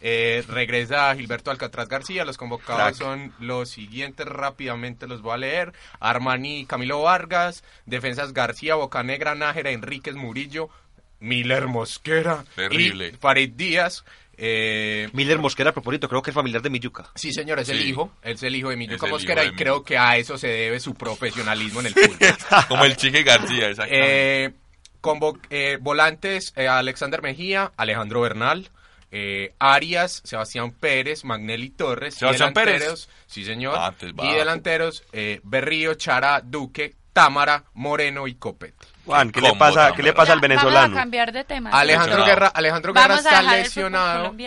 Regresa Gilberto Alcatraz García. Los convocados Crack. son los siguientes, rápidamente los voy a leer: Armani, Camilo Vargas, defensas García, Bocanegra, Nájera, Enríquez, Murillo, Miller Mosquera Terrible. y Farid Díaz. Miller Mosquera, a propósito, creo que es familiar de Milluca. Sí, señor, es el Sí. hijo de Milluca Es el Mosquera, hijo y de creo Milluca. que a eso se debe su profesionalismo en el fútbol. Como el Chique García, exactamente. Volantes, Alexander Mejía, Alejandro Bernal, Arias, Sebastián Pérez, Magnelli Torres. ¿Sebastián y delanteros, sí señor, Antes va. y delanteros, Berrío, Chara, Duque, Támara, Moreno y Copete. Juan, ¿qué le Combo, pasa Támara. al Vamos venezolano? a cambiar de tema. Alejandro Bravo. Guerra Vamos a está dejar el lesionado, fútbol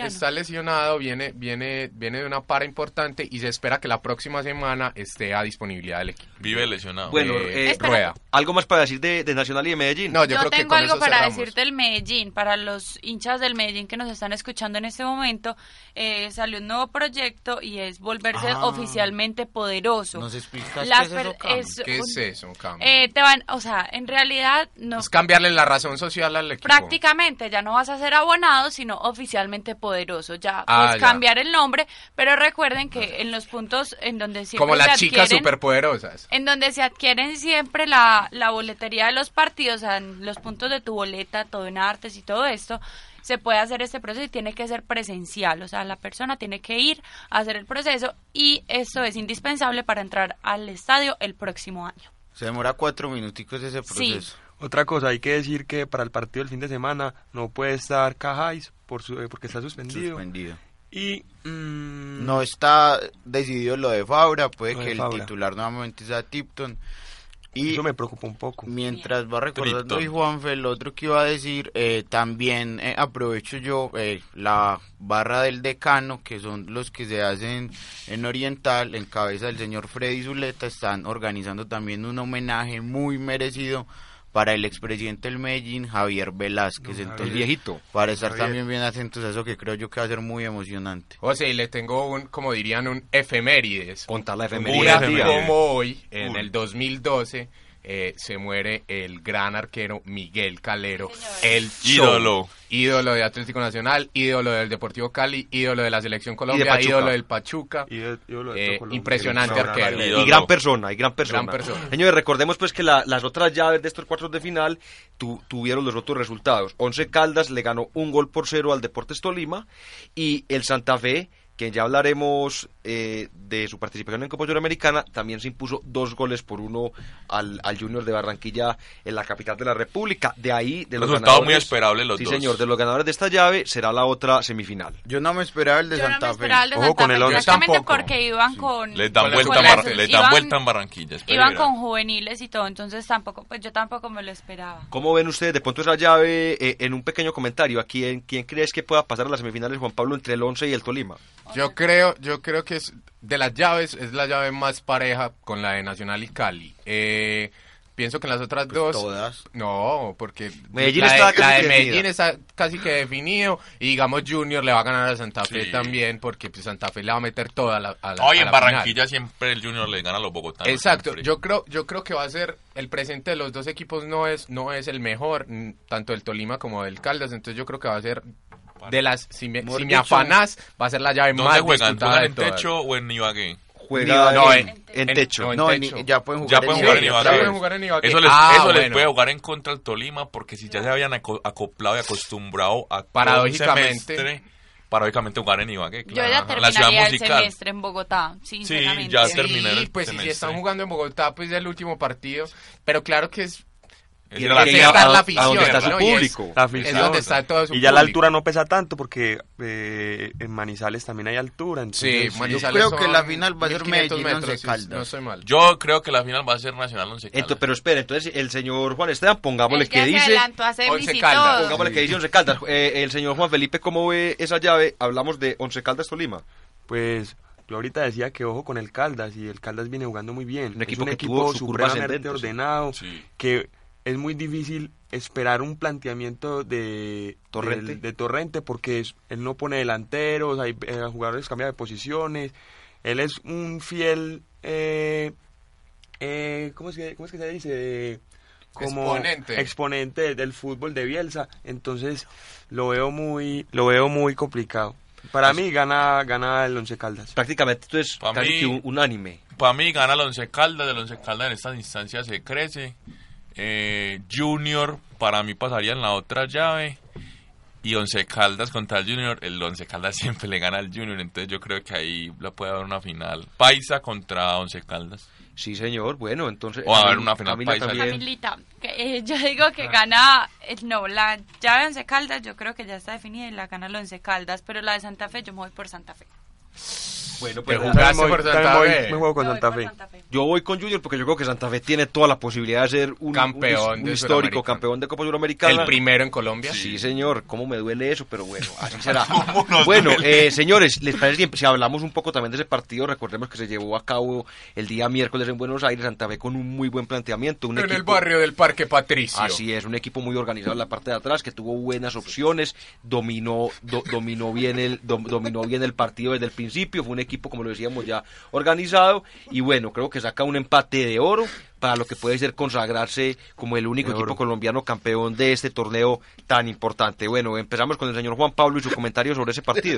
viene de una para importante, y se espera que la próxima semana esté a disponibilidad del equipo. Vive lesionado. Bueno, Rueda. ¿algo más para decir de Nacional y de Medellín? No, yo Yo creo que tengo con algo eso para cerramos. decir del Medellín, para los hinchas del Medellín que nos están escuchando en este momento. Salió un nuevo proyecto y es volverse oficialmente poderoso. ¿Nos explicas Las qué es eso, per- Cami? es ¿Qué un- es eso, Cam? o sea, en realidad no. Es cambiarle la razón social al equipo. Prácticamente ya no vas a ser abonado, sino oficialmente poderoso. Ya Ah, pues ya. cambiar el nombre, pero recuerden que en los puntos en donde siempre Como las se chicas adquieren, superpoderosas. en donde se adquieren siempre la boletería de los partidos, o sea, en los puntos de tu boleta, todo en artes y todo esto, se puede hacer este proceso y tiene que ser presencial, o sea, la persona tiene que ir a hacer el proceso y esto es indispensable para entrar al estadio el próximo año. Se demora 4 minuticos ese proceso. Sí. Otra cosa, hay que decir que para el partido del fin de semana no puede estar Cajáis porque está suspendido. Y no está decidido lo de Fabra, puede que el Fabra. titular nuevamente sea Tipton. Y eso me preocupa un poco. Mientras va recordando y Juanfe, el otro que iba a decir, también aprovecho yo la barra del decano, que son los que se hacen en Oriental, en cabeza del señor Freddy Zuleta, están organizando también un homenaje muy merecido para el expresidente del Medellín, Javier Velázquez. Entonces, el viejito. Para estar también bien atentos a eso, que creo yo que va a ser muy emocionante. José, y le tengo como dirían, un efemérides. Contar la Un efeméride. día como hoy, en el 2012, se muere el gran arquero Miguel Calero, el ídolo de Atlético Nacional, ídolo del Deportivo Cali, ídolo de la Selección Colombia, ídolo del Pachuca, impresionante arquero. Y gran persona. Señores, recordemos pues que las otras llaves de estos cuartos de final tuvieron los otros resultados. 11 Caldas le ganó 1-0 al Deportes Tolima, y el Santa Fe, que ya hablaremos de su participación en Copa Suramericana, también se impuso 2-1 al Junior de Barranquilla en la capital de la República. De ahí, de los resultado ganadores, muy esperable los dos. Sí, señor, de los ganadores de esta llave será la otra semifinal. Yo no me esperaba el de Santa Fe. Ojo con el 11. Exactamente, porque iban con... Les dan vuelta en Barranquilla. Iban con juveniles y todo, entonces yo tampoco me lo esperaba. ¿Cómo ven ustedes de pronto esa llave en un pequeño comentario? ¿A quién crees que pueda pasar a las semifinales, Juan Pablo, entre el 11 y el Tolima? Yo creo que de las llaves es la llave más pareja con la de Nacional y Cali. Pienso que en las otras dos... Todas. No, porque Medellín la de Medellín está casi que definido, y digamos Junior le va a ganar a Santa Fe también, porque pues, Santa Fe le va a meter toda la Hoy en Barranquilla final. Siempre el Junior le gana a los bogotanos. Exacto, siempre. yo creo que va a ser el presente de los dos equipos no es el mejor, tanto del Tolima como del Caldas, entonces yo creo que va a ser de las si me afanás, va a se la llave más disputada de en todas. techo o en Ibagué? Juega en techo. Ya pueden jugar en Ibagué. Eso les puede jugar en contra al Tolima, porque si ya se habían acoplado y acostumbrado a paradójicamente jugar en Ibagué. Claro. Yo ya terminaría el semestre en Bogotá, sinceramente. Sí, ya terminé el pues semestre. Si están jugando en Bogotá, pues es el último partido, pero claro que es... Tiene que estar la afición, donde está su público. Es donde está todo su y ya la altura no pesa tanto, porque en Manizales también hay altura. Entonces, sí, yo creo que la final va a ser Medellín Once Caldas. No soy mal. Yo creo que la final va a ser Nacional Once Caldas. Pero espera, entonces el señor Juan Esteban, pongámosle que dice Once Caldas. Pongámosle que dice Once Caldas. El señor Juan Felipe, ¿cómo ve esa llave? Hablamos de Once Caldas Tolima. Pues yo ahorita decía que ojo con el Caldas, y el Caldas viene jugando muy bien. Un equipo que tuvo su curva supremamente ordenado, que es muy difícil esperar un planteamiento de Torrente, porque él no pone delanteros, hay jugadores cambian de posiciones, él es un fiel ¿cómo es que se dice? Como exponente del fútbol de Bielsa, entonces lo veo muy complicado. Para mí gana el Once Caldas. Prácticamente esto es casi que unánime. Para mí gana el Once Caldas, del Once Caldas en estas instancias se crece. Junior para mí pasaría en la otra llave, y Once Caldas contra el Junior. El Once Caldas siempre le gana al Junior, entonces yo creo que ahí la puede haber una final Paisa contra Once Caldas. Sí, señor. Bueno, entonces... O a haber una final Paisa. Camilita, yo digo que gana... No, la llave de Once Caldas yo creo que ya está definida y la gana el Once Caldas, pero la de Santa Fe yo me voy por Santa Fe. Bueno, pues me juego con Santa Fe. Yo voy con Junior porque yo creo que Santa Fe tiene toda la posibilidad de ser un histórico campeón de Copa Suramericana. El primero en Colombia. Sí, señor. Cómo me duele eso, pero bueno, así será. Bueno, señores, ¿les parece que si hablamos un poco también de ese partido? Recordemos que se llevó a cabo el día miércoles en Buenos Aires. Santa Fe con un muy buen planteamiento. El barrio del Parque Patricio. Así es, un equipo muy organizado en la parte de atrás, que tuvo buenas opciones, dominó bien el partido desde el principio. Fue un equipo, como lo decíamos, ya organizado, y bueno, creo que saca un empate de oro para lo que puede ser consagrarse como el único equipo colombiano campeón de este torneo tan importante. Bueno, empezamos con el señor Juan Pablo y su comentario sobre ese partido.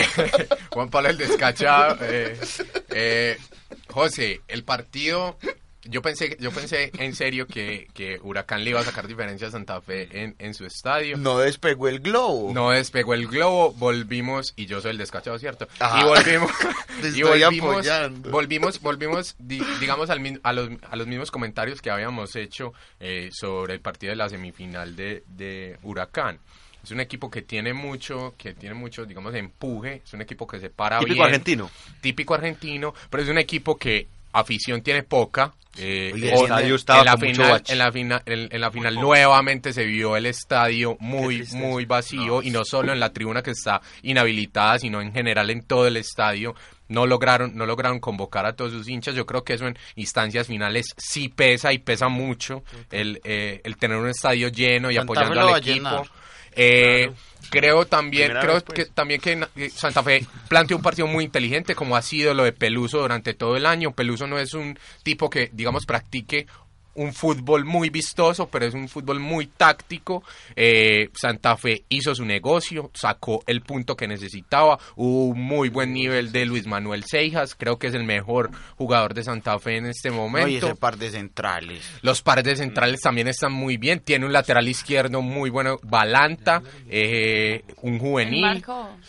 Juan Pablo el descachado. José, el partido Yo pensé en serio que Huracán le iba a sacar diferencia a Santa Fe en su estadio. No despegó el globo. No despegó el globo, volvimos, y yo soy el descachado, ¿cierto? Ajá. Y volvimos, Te y estoy volvimos, apoyando. volvimos, digamos, a los mismos comentarios que habíamos hecho sobre el partido de la semifinal de Huracán. Es un equipo que tiene mucho, digamos, empuje, es un equipo que se para Típico bien. argentino, Pero es un equipo que afición tiene poca. Oye, el estadio estaba con mucho bache. En la final nuevamente se vio el estadio muy vacío, y no solo en la tribuna que está inhabilitada, sino en general en todo el estadio. No lograron convocar a todos sus hinchas. Yo creo que eso en instancias finales sí pesa, y pesa mucho el tener un estadio lleno y Santa apoyando Fe lo va al a equipo. llenar. Creo Primera que Santa Fe planteó un partido muy inteligente, como ha sido lo de Peluso durante todo el año. Peluso no es un tipo que, digamos, practique un fútbol muy vistoso, pero es un fútbol muy táctico. Santa Fe hizo su negocio, sacó el punto que necesitaba. Hubo un muy buen nivel de Luis Manuel Seijas, creo que es el mejor jugador de Santa Fe en este momento. Oye, ese par de centrales. Los pares de centrales también están muy bien. Tiene un lateral izquierdo muy bueno, Balanta, un juvenil.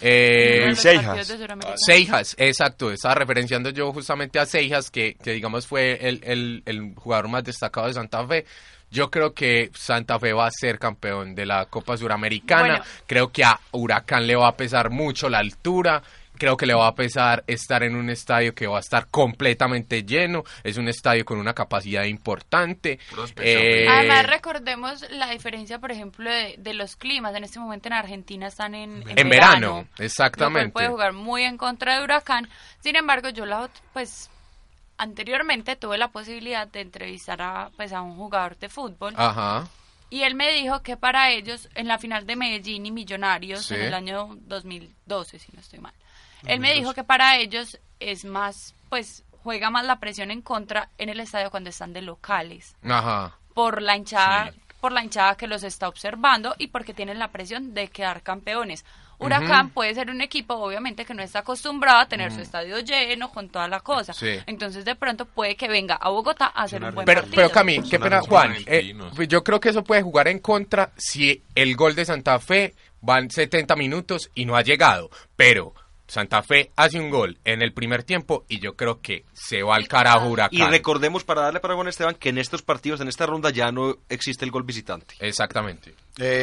Seijas, exacto. Estaba referenciando yo justamente a Seijas, que digamos fue el jugador más destacado de Santa Fe. Yo creo que Santa Fe va a ser campeón de la Copa Suramericana. Bueno. Creo que a Huracán le va a pesar mucho la altura. Creo que le va a pesar estar en un estadio que va a estar completamente lleno. Es un estadio con una capacidad importante. Además, recordemos la diferencia, por ejemplo, de los climas. En este momento en Argentina están en verano, lo exactamente. cual puede jugar muy en contra de Huracán. Sin embargo, yo anteriormente tuve la posibilidad de entrevistar a un jugador de fútbol. Ajá. Y él me dijo que para ellos, en la final de Medellín y Millonarios, Sí. en el año 2012, si no estoy mal, él me dijo que para ellos es más, juega más la presión en contra en el estadio cuando están de locales, Ajá. por la hinchada que los está observando y porque tienen la presión de quedar campeones. Huracán puede ser un equipo, obviamente, que no está acostumbrado a tener su estadio lleno con toda la cosa. Sí. Entonces, de pronto, puede que venga a Bogotá a hacer un buen Pero partido. Cami, qué pena, Son Juan. argentinos. Pues yo creo que eso puede jugar en contra si el gol de Santa Fe van 70 minutos y no ha llegado. Pero Santa Fe hace un gol en el primer tiempo y yo creo que se va al carajo Huracán. Y recordemos, para darle para Juan Esteban, que en estos partidos, en esta ronda, ya no existe el gol visitante. Exactamente.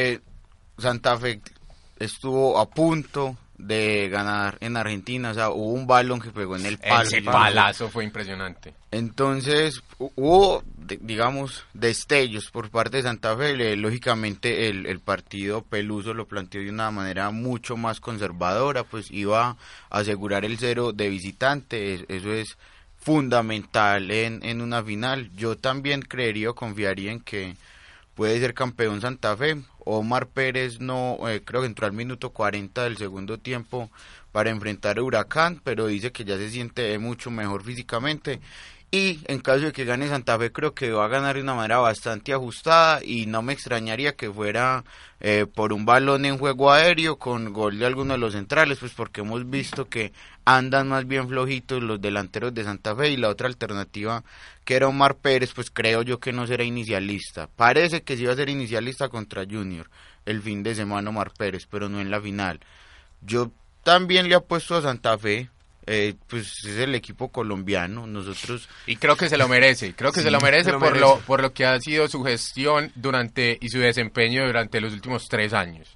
Santa Fe estuvo a punto de ganar en Argentina, o sea, hubo un balón que pegó en el palo. Ese palazo fue impresionante. Entonces, hubo, digamos, destellos por parte de Santa Fe. Lógicamente, el partido Peluso lo planteó de una manera mucho más conservadora, pues iba a asegurar el 0 de visitante. Eso es fundamental en una final. Yo también creería o confiaría en que puede ser campeón Santa Fe. Omar Pérez creo que entró al minuto 40 del segundo tiempo para enfrentar a Huracán, pero dice que ya se siente mucho mejor físicamente. Y en caso de que gane Santa Fe, creo que va a ganar de una manera bastante ajustada y no me extrañaría que fuera por un balón en juego aéreo con gol de alguno de los centrales, pues porque hemos visto que andan más bien flojitos los delanteros de Santa Fe, y la otra alternativa que era Omar Pérez, pues creo yo que no será inicialista. Parece que sí va a ser inicialista contra Junior el fin de semana Omar Pérez, pero no en la final. Yo también le apuesto a Santa Fe. Pues es el equipo colombiano, nosotros... Y creo que se lo merece, por lo que ha sido su gestión y su desempeño durante los últimos 3 años.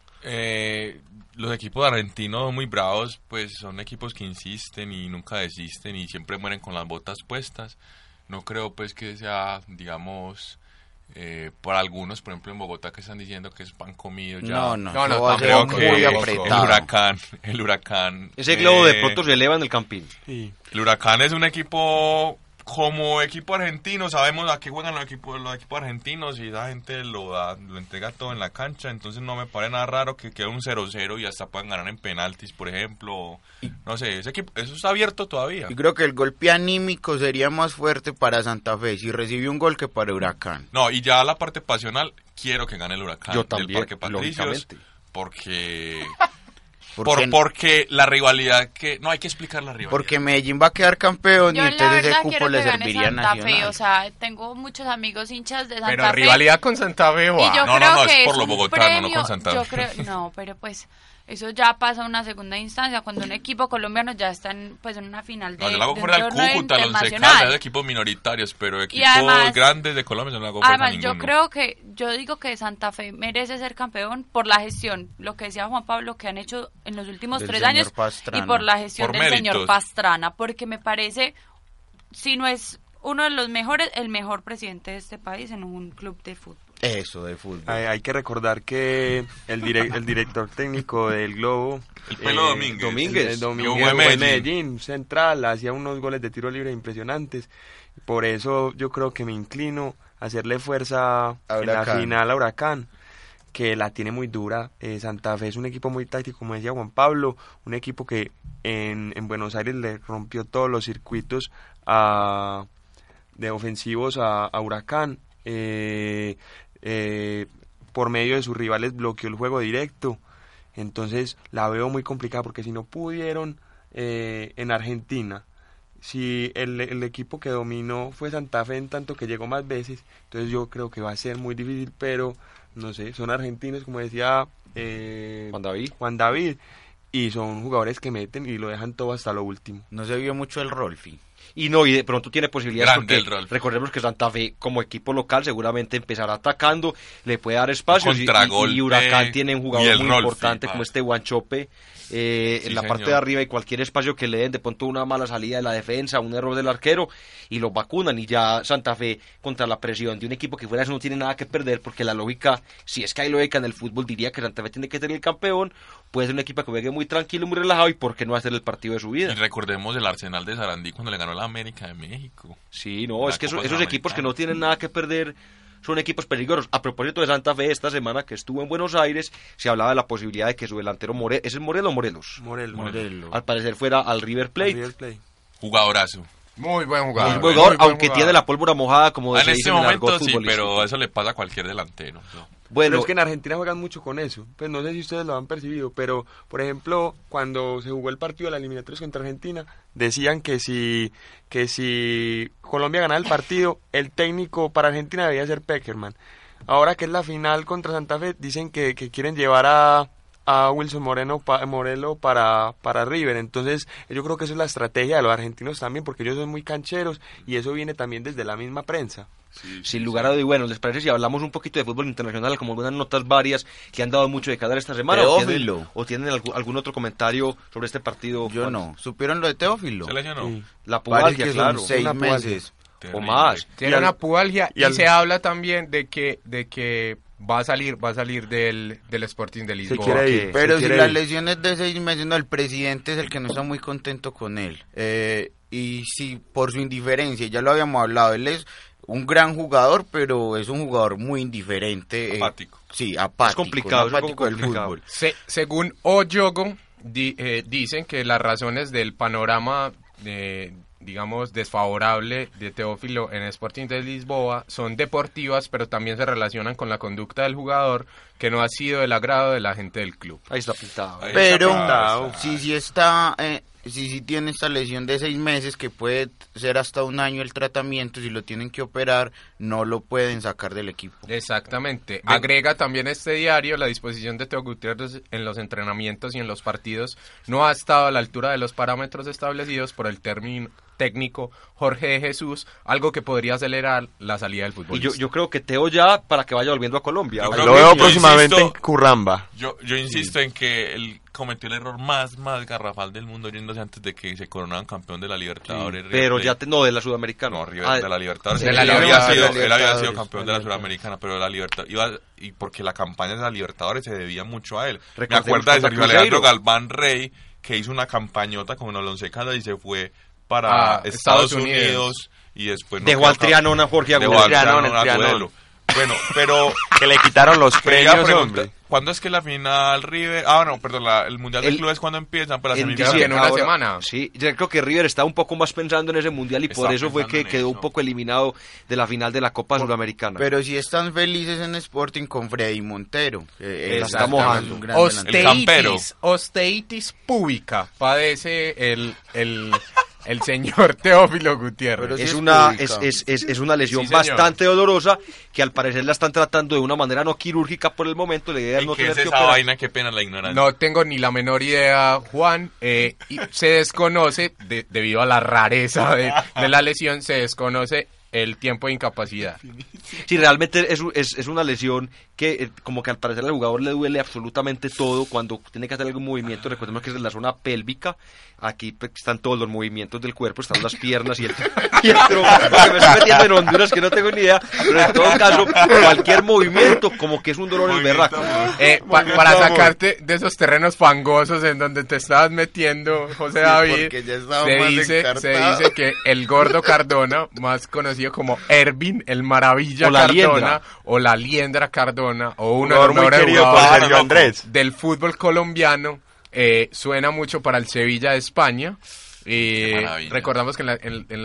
Los equipos argentinos muy bravos, pues son equipos que insisten y nunca desisten y siempre mueren con las botas puestas. No creo pues que sea, digamos... por algunos, por ejemplo en Bogotá, que están diciendo que es pan comido ya. No, no creo que muy apretado. el huracán Ese globo de pronto se eleva en el Campín. Sí. El Huracán es un equipo, como equipo argentino, sabemos a qué juegan los equipos argentinos y esa gente lo entrega todo en la cancha, entonces no me parece nada raro que quede un 0-0 y hasta puedan ganar en penaltis, por ejemplo. No sé, ese equipo, eso está abierto todavía. Y creo que el golpe anímico sería más fuerte para Santa Fe si recibe un gol que para Huracán. No, y ya la parte pasional, quiero que gane el Huracán. Yo también, del Parque Patricios, lógicamente. porque Porque la rivalidad que... No, hay que explicar la rivalidad. Porque Medellín va a quedar campeón y entonces ese cupo le serviría a Santa Nacional. Fe, o sea, tengo muchos amigos hinchas de Santa Fe. Pero rivalidad con Santa Fe, Y yo No, creo no, que es por lo bogotano, no con Santa Fe. No, pero pues eso ya pasa a una segunda instancia cuando un equipo colombiano ya está en una final de No, yo lo hago de fuera un del torneo Cúcuta, los internacional. Caldas, equipos minoritarios, pero equipos además, grandes de Colombia no lo hago fuera Además, ninguno. yo digo que Santa Fe merece ser campeón por la gestión, lo que decía Juan Pablo, que han hecho en los últimos Del 3 señor años Pastrana. y por la gestión Por del méritos. señor Pastrana, porque me parece, si no es uno de los mejores, el mejor presidente de este país en un club de fútbol. Eso, de fútbol. Hay que recordar que el director técnico del Globo, El Pelo Domínguez. el Yo Domínguez jugué en jugó en Medellín. Medellín, central, hacía unos goles de tiro libre impresionantes. Por eso yo creo que me inclino a hacerle fuerza A en la Huracán. final a Huracán, que la tiene muy dura. Santa Fe es un equipo muy táctico, como decía Juan Pablo, un equipo que en Buenos Aires le rompió todos los circuitos de ofensivos a Huracán. Por medio de sus rivales bloqueó el juego directo. Entonces la veo muy complicada, porque si no pudieron en Argentina, si el equipo que dominó fue Santa Fe en tanto que llegó más veces, entonces yo creo que va a ser muy difícil, pero no sé, son argentinos, como decía Juan David, y son jugadores que meten y lo dejan todo hasta lo último. No se vio mucho el Rolfi. Y no, y de pronto tiene posibilidades, Grande el porque Rolf. recordemos que Santa Fe como equipo local seguramente empezará atacando, le puede dar espacios, Contragolpe, y Huracán tiene un y jugador el muy Rolfi, importante como este Guanchope en la parte señor. de arriba, y cualquier espacio que le den, de pronto una mala salida de la defensa, un error del arquero, y los vacunan, y ya Santa Fe, contra la presión de un equipo que fuera eso, no tiene nada que perder, porque la lógica, si es que hay lógica en el fútbol, diría que Santa Fe tiene que ser el campeón. Puede ser un equipo que juegue muy tranquilo, muy relajado, y por qué no hacer el partido de su vida. Y recordemos el Arsenal de Sarandí cuando le ganó la América de México. Sí, no, La es que Copa esos equipos que no Sudamericana. tienen nada que perder son equipos peligrosos. A propósito de Santa Fe, esta semana que estuvo en Buenos Aires, se hablaba de la posibilidad de que su delantero ¿es el Morelo o Morelos? Morelos. Al parecer fuera al River Plate. River Plate. Jugadorazo. Muy buen jugador. Muy buen jugador, muy buen aunque jugador. tiene la pólvora mojada, como En se dice este en el momento argot sí, futbolístico. pero eso le pasa a cualquier delantero. ¿no? Bueno, Pero es que en Argentina juegan mucho con eso. Pues no sé si ustedes lo han percibido, pero por ejemplo, cuando se jugó el partido de la eliminatoria contra Argentina, decían que si Colombia ganaba el partido, el técnico para Argentina debía ser Peckerman. Ahora que es la final contra Santa Fe, dicen que quieren llevar a Wilson Morelo para River. Entonces yo creo que eso es la estrategia de los argentinos también, porque ellos son muy cancheros, y eso viene también desde la misma prensa. sin lugar a dudas. Bueno, ¿les parece si hablamos un poquito de fútbol internacional, como algunas notas varias que han dado mucho de cada esta semana? Teófilo. ¿O tienen algún otro comentario sobre este partido? Yo Juan? no. ¿Supieron lo de Teófilo? ¿Se lesionó? Sí. La Parece pubalgia, que claro. son 6 una pubalgia. meses. O Terrible. más. Tiene una pubalgia y se habla también de que va a salir del Sporting de Lisboa. quiere ir. Pero Se si quiere las ir. lesiones de 6 meses, no, el presidente es el que no está muy contento con él. Y si por su indiferencia, ya lo habíamos hablado, él es un gran jugador, pero es un jugador muy indiferente. Apático. Sí, apático. Es complicado, es un apático poco del complicado. fútbol. Según Oyogo, dicen que las razones del panorama digamos, desfavorable de Teófilo en Sporting de Lisboa son deportivas, pero también se relacionan con la conducta del jugador, que no ha sido del agrado de la gente del club. Ahí está pintado. Ahí Pero está pintado. si tiene esta lesión de 6 meses, que puede ser hasta 1 año el tratamiento, si lo tienen que operar, no lo pueden sacar del equipo. Exactamente. Agrega también este diario: la disposición de Teo Gutiérrez en los entrenamientos y en los partidos no ha estado a la altura de los parámetros establecidos por el técnico Jorge de Jesús, algo que podría acelerar la salida del Y futbolista. yo creo que Teo ya, para que vaya volviendo a Colombia. Yo Ahora creo Lo que veo yo próximamente insisto- en Curramba. Yo insisto en que él cometió el error más garrafal del mundo yéndose antes de que se coronaran campeón de la Libertadores. pero River ya Plate. no, de la Sudamericana. No, River de la Libertadores. de la Él había Libertadores. sido- él había sido Libertadores. campeón de la Sudamericana, pero de la Libertadores. Y porque la campaña de la Libertadores se debía mucho a él. Me Recordemos acuerda de contra Sergio Alejandro Cruzeiro. Galván Rey, que hizo una campañota con el Once Caldas y se fue para Ah, Estados Estados Unidos. Unidos y después Dejó al Trianón a Jorge Dejó Agudelo. al Trianón el a Trianón. Agudelo. Bueno, pero Que le quitaron los quería premios, preguntar, hombre. ¿cuándo es que la final River? No, perdón, el Mundial de Clubes, ¿cuándo empiezan? Pues la En semifinal. que en una ahora, semana. Sí, yo creo que River está un poco más pensando en ese mundial y por Está eso fue que pensando en quedó eso. un poco eliminado de la final de la Copa Sudamericana. Pero sí están felices en Sporting con Freddy Montero. La está mojando. Un gran delantero. El campero. Osteitis púbica padece el señor Teófilo Gutiérrez. Pero sí es es una pública. es una lesión Sí, señor. bastante dolorosa que al parecer la están tratando de una manera no quirúrgica por el momento. La idea es ¿Y no qué tener es que esa operar. vaina? Qué pena la ignorancia. No tengo ni la menor idea, Juan. Y se desconoce, debido a la rareza de la lesión, se desconoce el tiempo de incapacidad. Sí, realmente es una lesión que como que al parecer al jugador le duele absolutamente todo cuando tiene que hacer algún movimiento. Recordemos que es en la zona pélvica. Aquí pues, están todos los movimientos del cuerpo, están las piernas y el tronco. Porque me estoy metiendo en Honduras que no tengo ni idea, pero en todo caso, cualquier movimiento como que es un dolor en el berraco. Para sacarte de esos terrenos fangosos en donde te estabas metiendo, José David, porque ya estaba se más dice encartado. que el gordo Cardona, más conocido como Ervin, el Maravilla O la Cardona, Liendra. o la Liendra Cardona, o uno de Jugador los muy mejores querido por jugadores Sergio Andrés. del fútbol colombiano, suena mucho para el Sevilla de España. maravilla. Recordamos que en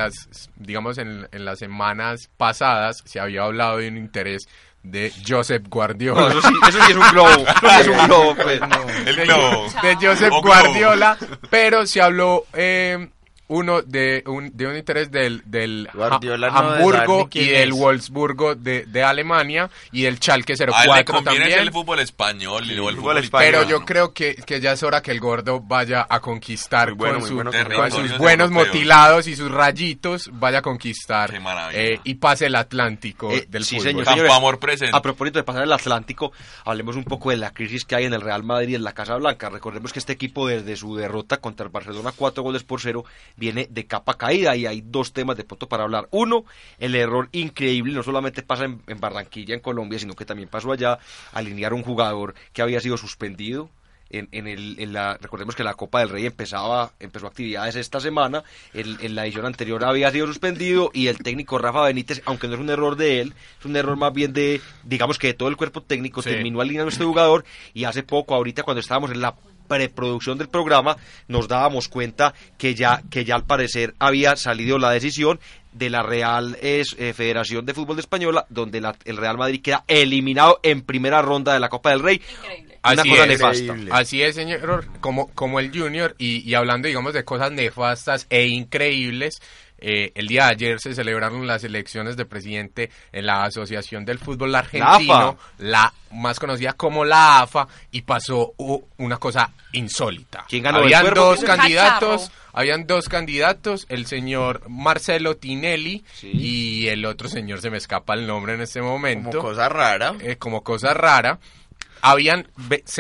las semanas pasadas se había hablado de un interés de Josep Guardiola. No, eso sí es un globo. Eso sí es un globo, pues. El globo. De Josep O globo. Guardiola, pero se habló uno de un interés del Guardiola no Hamburgo debe saber ni quién y del es. Wolfsburgo de Alemania y del Schalke A él le 04 conviene también. el fútbol español y luego el fútbol fútbol español. Pero italiano. yo creo que ya es hora que el gordo vaya a conquistar Muy bueno, muy bueno con territorios sus buenos europeos. motilados y sus rayitos, vaya a conquistar Qué maravilla. y pase el Atlántico del sí, fútbol. señor. Campo Señores, Amor presente. A propósito de pasar el Atlántico, hablemos un poco de la crisis que hay en el Real Madrid y en la Casa Blanca. Recordemos que este equipo desde su derrota contra el Barcelona 4-0 viene de capa caída y hay dos temas de pronto para hablar. Uno, el error increíble, no solamente pasa en Barranquilla, en Colombia, sino que también pasó allá, alinear un jugador que había sido suspendido. Recordemos que la Copa del Rey empezó actividades esta semana, en la edición anterior había sido suspendido y el técnico Rafa Benítez, aunque no es un error de él, es un error más bien de, digamos que de todo el cuerpo técnico, Sí. terminó alineando este jugador y hace poco, ahorita cuando estábamos en la preproducción del programa, nos dábamos cuenta que ya al parecer había salido la decisión de la Real Federación de Fútbol Española, donde el Real Madrid queda eliminado en primera ronda de la Copa del Rey. Increíble. Una Así cosa es. nefasta. Increíble. Así es, señor, como el Junior, y hablando, digamos, de cosas nefastas e increíbles, el día de ayer se celebraron las elecciones de presidente en la Asociación del Fútbol Argentino, la más conocida como la AFA, y pasó una cosa insólita. ¿Quién ganó? ¿El Habían cuervo? dos ¿Quién? candidatos, el señor Marcelo Tinelli Sí. y el otro señor, se me escapa el nombre en este momento. Como cosa rara. Como cosa rara. Habían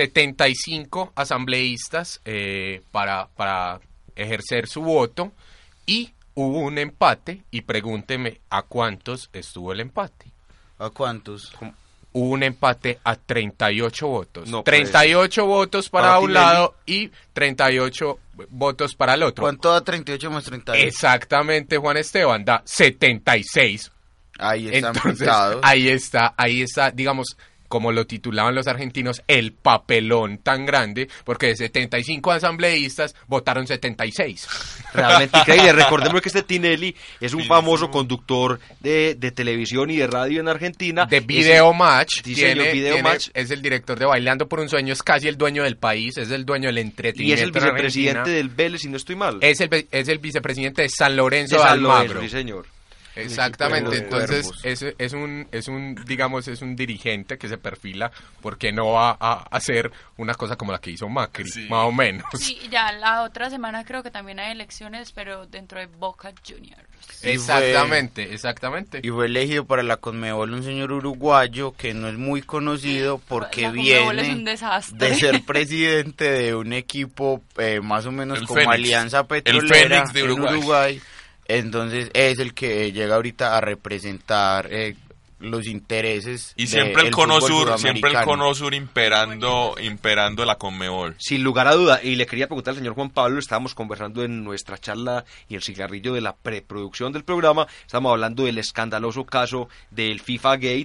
75 asambleístas para ejercer su voto y hubo un empate y pregúnteme a cuántos estuvo el empate. ¿A cuántos? Hubo un empate a 38 votos. No puede 38 votos para Para un Tinelli. lado y 38 votos para el otro. ¿Cuánto da 38 más 38? Exactamente, Juan Esteban, da 76. Ahí están Entonces, pintados. ahí está, digamos, como lo titulaban los argentinos, el papelón tan grande, porque de 75 asambleístas votaron 76. Realmente increíble. Recordemos que este Tinelli es un famoso conductor de televisión y de radio en Argentina. De Video Match, Sí, señor, Video Match. es el director de Bailando por un Sueño, es casi el dueño del país, es el dueño del Y entretenimiento. es el en Argentina. vicepresidente del Vélez, si no estoy mal. Es el vicepresidente de San Lorenzo de de San Lorenzo, Almagro. sí, señor. Exactamente, Equipo de entonces cuervos. es un dirigente que se perfila porque no va a hacer una cosa como la que hizo Macri, Sí. más o menos. Sí, ya la otra semana creo que también hay elecciones, pero dentro de Boca Juniors. Exactamente. Y fue elegido para la Conmebol un señor uruguayo que no es muy conocido porque La Conmebol es viene un desastre. de ser presidente de un equipo más o menos El como Fénix. Alianza El Petrolera Fénix de en Uruguay. Uruguay. Entonces es el que llega ahorita a representar los intereses Y de siempre el fútbol Cono Sur, siempre el sudamericano. Cono Sur imperando la Conmebol. Sin lugar a duda, y le quería preguntar al señor Juan Pablo, estábamos conversando en nuestra charla y el cigarrillo de la preproducción del programa, estábamos hablando del escandaloso caso del FIFA Gate,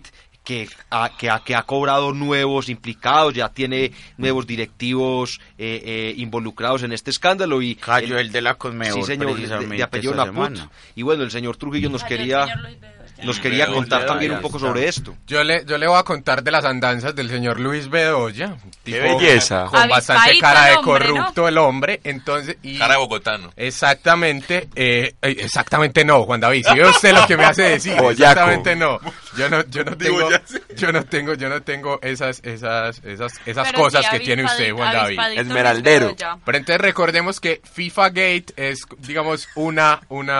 que ha cobrado nuevos implicados, ya tiene nuevos directivos involucrados en este escándalo. Y cayó el de la Conmebol, sí, señor, de apellido Naput. Y bueno, el señor Trujillo nos quería contar también un poco sobre esto. Yo le voy a contar de las andanzas del señor Luis Bedoya. ¡Qué belleza! Con bastante cara de corrupto, ¿no? El hombre. Entonces, cara de bogotano. Exactamente. Exactamente no, Juan David. Si ve usted lo que me hace decir. Exactamente no. Yo no tengo esas cosas que tiene usted, Juan David. Esmeraldero. Pero entonces recordemos que FIFA Gate es, digamos, una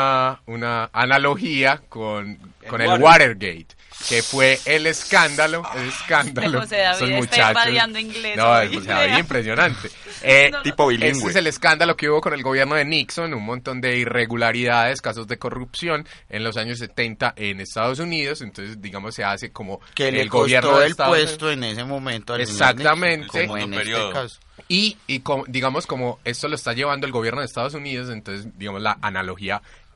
analogía con el Watergate, que fue el escándalo. José David está invadiando inglés. No, José David, impresionante. Tipo bilingüe. Ese es el escándalo que hubo con el gobierno de Nixon, un montón de irregularidades, casos de corrupción en los años 70 en Estados Unidos. Entonces, digamos, se hace como que el le gobierno costó de el puesto en ese momento. Exactamente. Como en este caso. Y digamos, como esto lo está llevando el gobierno de Estados Unidos, entonces, digamos, la analogía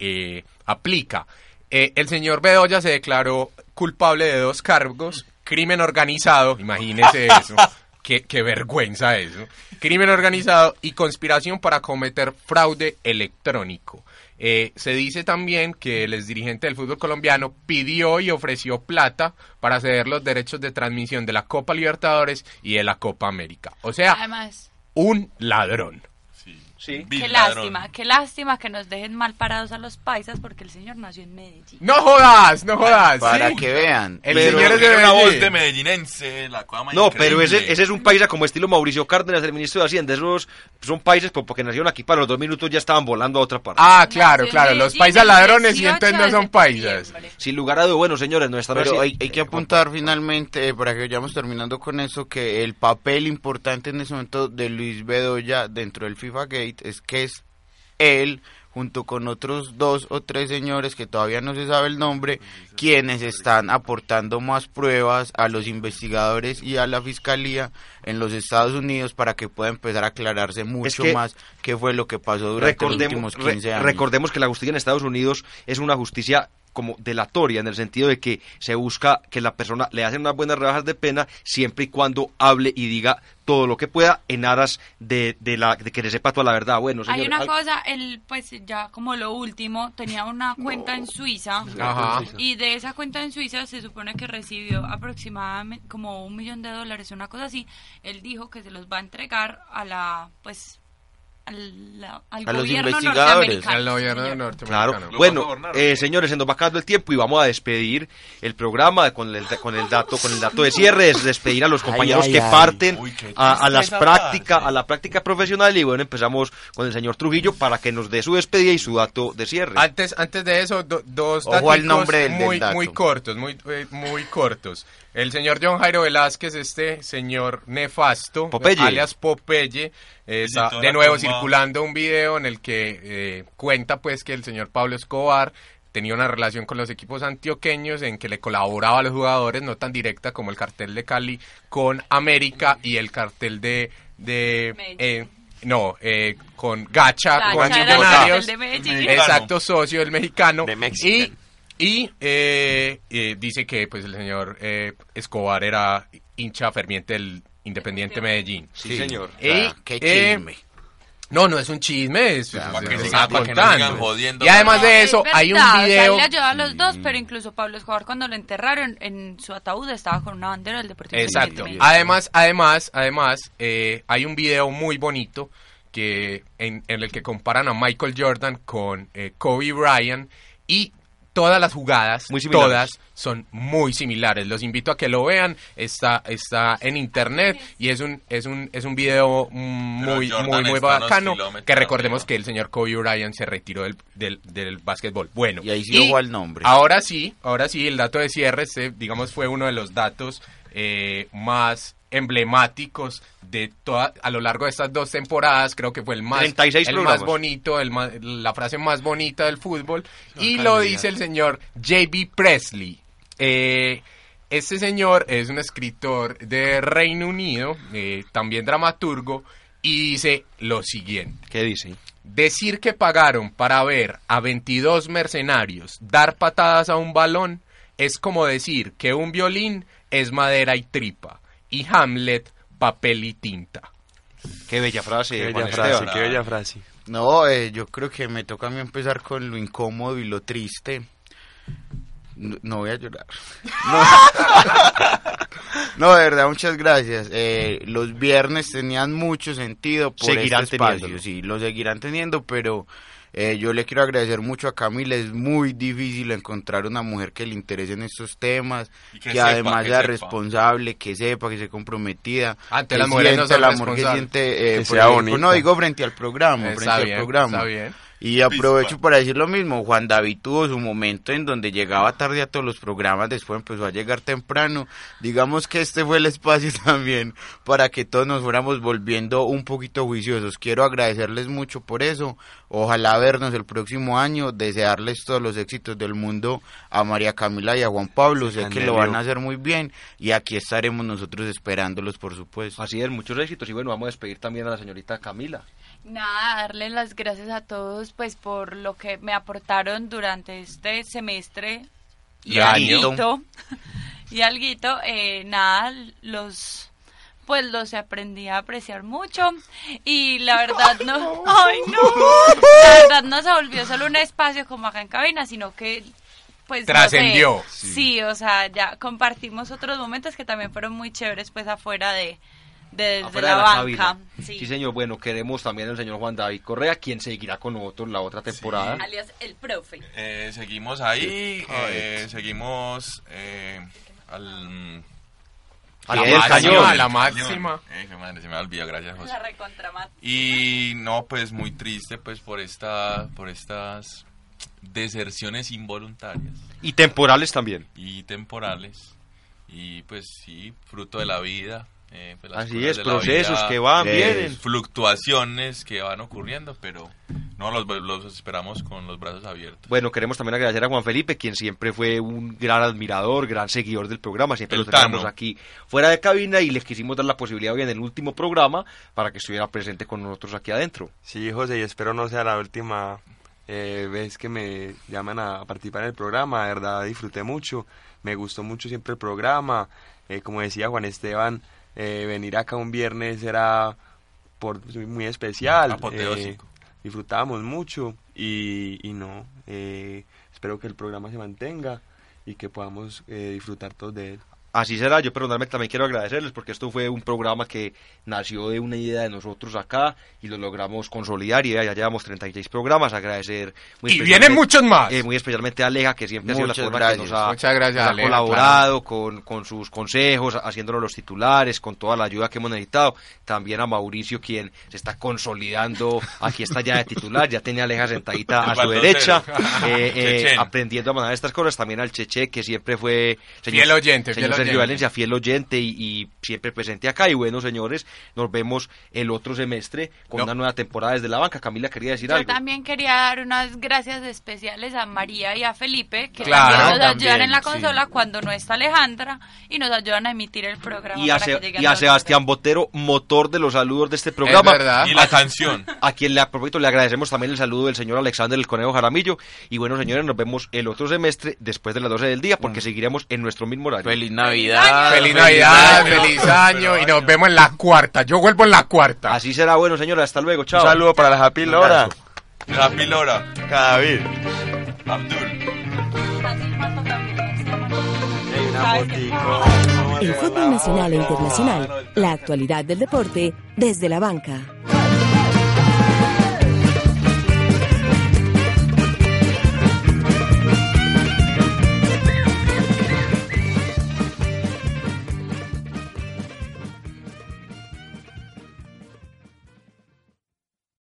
aplica. El señor Bedoya se declaró culpable de 2 cargos: crimen organizado, imagínese eso, qué vergüenza eso, crimen organizado y conspiración para cometer fraude electrónico. Se dice también que el exdirigente del fútbol colombiano pidió y ofreció plata para ceder los derechos de transmisión de la Copa Libertadores y de la Copa América. O sea, además, un ladrón. Sí. Qué lástima que nos dejen mal parados a los paisas, porque el señor nació en Medellín. No jodas. Para ¿sí? que vean. El señor es de una Medellín. voz de medellinense, la cosa más No, increíble. pero ese es un paisa como estilo Mauricio Cárdenas, el ministro de Hacienda. Esos son países porque nacieron aquí, para los 2 minutos ya estaban volando a otra parte. Ah, claro, los Medellín, paisas el ladrones y 18 entonces no de son paisas. septiembre. Sin lugar a dudas, bueno, señores, no están Pero así. hay que apuntar finalmente, para que vayamos terminando con eso, que el papel importante en ese momento de Luis Bedoya dentro del FIFA Gate es que es él, junto con otros 2 o 3 señores que todavía no se sabe el nombre, quienes están aportando más pruebas a los investigadores y a la fiscalía en los Estados Unidos para que pueda empezar a aclararse mucho más qué fue lo que pasó durante los últimos 15 años. Recordemos que la justicia en Estados Unidos es una justicia como delatoria, en el sentido de que se busca que la persona le hacen unas buenas rebajas de pena siempre y cuando hable y diga todo lo que pueda en aras de que le sepa toda la verdad. Bueno, señor, hay una cosa, pues ya como lo último, tenía una cuenta en Suiza. Ajá. Y de esa cuenta en Suiza se supone que recibió aproximadamente como $1 millón, una cosa así. Él dijo que se los va a entregar a al los gobierno investigadores. norteamericano. Al gobierno norteamericano. claro. Bueno, señores, se nos va acabando el tiempo y vamos a despedir el programa con el dato de cierre, es despedir a los compañeros que parten a la práctica profesional. Y bueno, empezamos con el señor Trujillo para que nos dé su despedida y su dato de cierre. Antes de eso, dos Ojo al nombre del muy dato. muy cortos. El señor John Jairo Velázquez, este señor nefasto, Popeye. alias Popeye, está de nuevo circulando un video en el que cuenta pues que el señor Pablo Escobar tenía una relación con los equipos antioqueños en que le colaboraba a los jugadores, no tan directa como el cartel de Cali con América y el cartel con Gacha con Millonarios. Exacto, socio del mexicano. De México. Y dice que pues el señor Escobar era hincha ferviente del Independiente Medellín. Sí, señor. Qué chisme. No es un chisme, Para que se sigan- está para que no sigan contando. jodiendo. Y además de eso, Es hay un verdad, video. O sea, él le ayudó a los dos, pero incluso Pablo Escobar, cuando lo enterraron, en su ataúd estaba con una bandera del Deportivo Exacto. Independiente. Además, hay un video muy bonito que en el que comparan a Michael Jordan con Kobe Bryant, y todas las jugadas, Muy similares. todas son muy similares. Los invito a que lo vean. Está en internet y es un video muy Jordan muy está unos bacano, kilómetros que recordemos arriba. que el señor Kobe Bryant se retiró del básquetbol. Bueno, Y ahí sí ojo al nombre. Ahora sí, el dato de cierre, digamos, fue uno de los datos más emblemáticos de a lo largo de estas 2 temporadas. Creo que fue el más 36 más programas. bonito, la frase más bonita del fútbol, y lo dice el señor J.B. Presley. Este señor es un escritor de Reino Unido, también dramaturgo, y dice lo siguiente: ¿Qué dice? decir que pagaron para ver a 22 mercenarios dar patadas a un balón es como decir que un violín es madera y tripa, y Hamlet papel y tinta. Qué bella frase, Qué Juan bella frase, Esteban. qué bella frase. No, yo creo que me toca a mí empezar con lo incómodo y lo triste. No voy a llorar. No, de verdad, muchas gracias. Los viernes tenían mucho sentido por Seguirán este espacio. teniéndolo. Sí, lo seguirán teniendo, pero yo le quiero agradecer mucho a Camila. Es muy difícil encontrar una mujer que le interese en estos temas, Y que que sepa, además que sea sepa. responsable, que sepa, que sea comprometida. Ante que las mujeres no siente son el amor que responsables. siente, Que por sea ejemplo, bonita. no digo frente al programa, Está frente bien, al programa. está bien. Y aprovecho para decir lo mismo, Juan David tuvo su momento en donde llegaba tarde a todos los programas, después empezó a llegar temprano. Digamos que este fue el espacio también para que todos nos fuéramos volviendo un poquito juiciosos. Quiero agradecerles mucho por eso, ojalá vernos el próximo año, desearles todos los éxitos del mundo a María Camila y a Juan Pablo, sé que lo van a hacer muy bien y aquí estaremos nosotros esperándolos, por supuesto. Así es, muchos éxitos y bueno, vamos a despedir también a la señorita Camila. Nada, darle las gracias a todos pues por lo que me aportaron durante este semestre Y año. alguito, y alguito, nada, los aprendí a apreciar mucho y la verdad no, ay no, la verdad no se volvió solo un espacio como acá en cabina, sino que pues Trascendió. no sé, sí, o sea, ya compartimos otros momentos que también fueron muy chéveres pues afuera de Afuera la de banca. cabina. Sí. Sí, señor. Bueno, queremos también al señor Juan David Correa, quien seguirá con nosotros la otra temporada. Alias el profe. Seguimos ahí, seguimos al... A la pie del máxima, cañón. a la máxima. Qué madre, se me olvidó, gracias, José. La recontramat. Y no, pues muy triste pues por estas deserciones involuntarias Y temporales también. y temporales. Y pues sí, fruto de la vida. Pues las Así cosas es, de la procesos vida, que van, vienen. fluctuaciones que van ocurriendo, pero no los esperamos con los brazos abiertos. Bueno, queremos también agradecer a Juan Felipe, quien siempre fue un gran admirador, gran seguidor del programa. Siempre El lo teníamos Tano. aquí fuera de cabina y les quisimos dar la posibilidad hoy en el último programa para que estuviera presente con nosotros aquí adentro. Sí, José, y espero no sea la última vez que me llaman a participar en el programa. De verdad, disfruté mucho, me gustó mucho siempre el programa. Como decía Juan Esteban, venir acá un viernes era muy especial. Apoteósico. Disfrutábamos mucho y no, espero que el programa se mantenga y que podamos disfrutar todos de él. Así será. Yo personalmente también quiero agradecerles porque esto fue un programa que nació de una idea de nosotros acá y lo logramos consolidar y ya llevamos 36 programas. Agradecer muy Y vienen muchos más. Muy especialmente a Aleja, que siempre ha sido la Muchas persona que gracias. nos ha, Muchas gracias, nos ha Aleja, colaborado con sus consejos, haciéndonos los titulares, con toda la ayuda que hemos necesitado. También a Mauricio, quien se está consolidando. Aquí está ya de titular, ya tenía a Aleja sentadita a su Baldocero. derecha, Chechen. aprendiendo a manejar estas cosas. También al Cheche, que siempre fue Fiel oyente, señor fiel Sergio oyente. Valencia, fiel oyente y siempre presente acá. Y bueno, señores, nos vemos el otro semestre con No. una nueva temporada desde la banca. Camila quería decir Yo algo. también quería dar unas gracias especiales a María y a Felipe, que Claro, también nos también, ayudan en la sí. consola cuando no está Alejandra y nos ayudan a emitir el programa. Y a, para que llegue y a todos Sebastián ustedes. Botero, motor de los saludos de este programa. Es verdad. Y la canción. A quien le aprovecho, le agradecemos también el saludo del señor Alexander el Conejo Jaramillo. Y bueno, señores, nos vemos el otro semestre después de las 12 del día porque seguiremos en nuestro mismo horario. Feliz Navidad. Feliz Navidad, año. feliz año y nos vemos en la cuarta. Yo vuelvo en la cuarta. Así será, bueno, señores, hasta luego, chao. Un saludo para la Happy Un Lora. abrazo. Happy Lora. David. Abdul. Así mato también, Hay una ¿Sabes qué? fotico. El fútbol nacional e internacional, la actualidad del deporte desde la banca.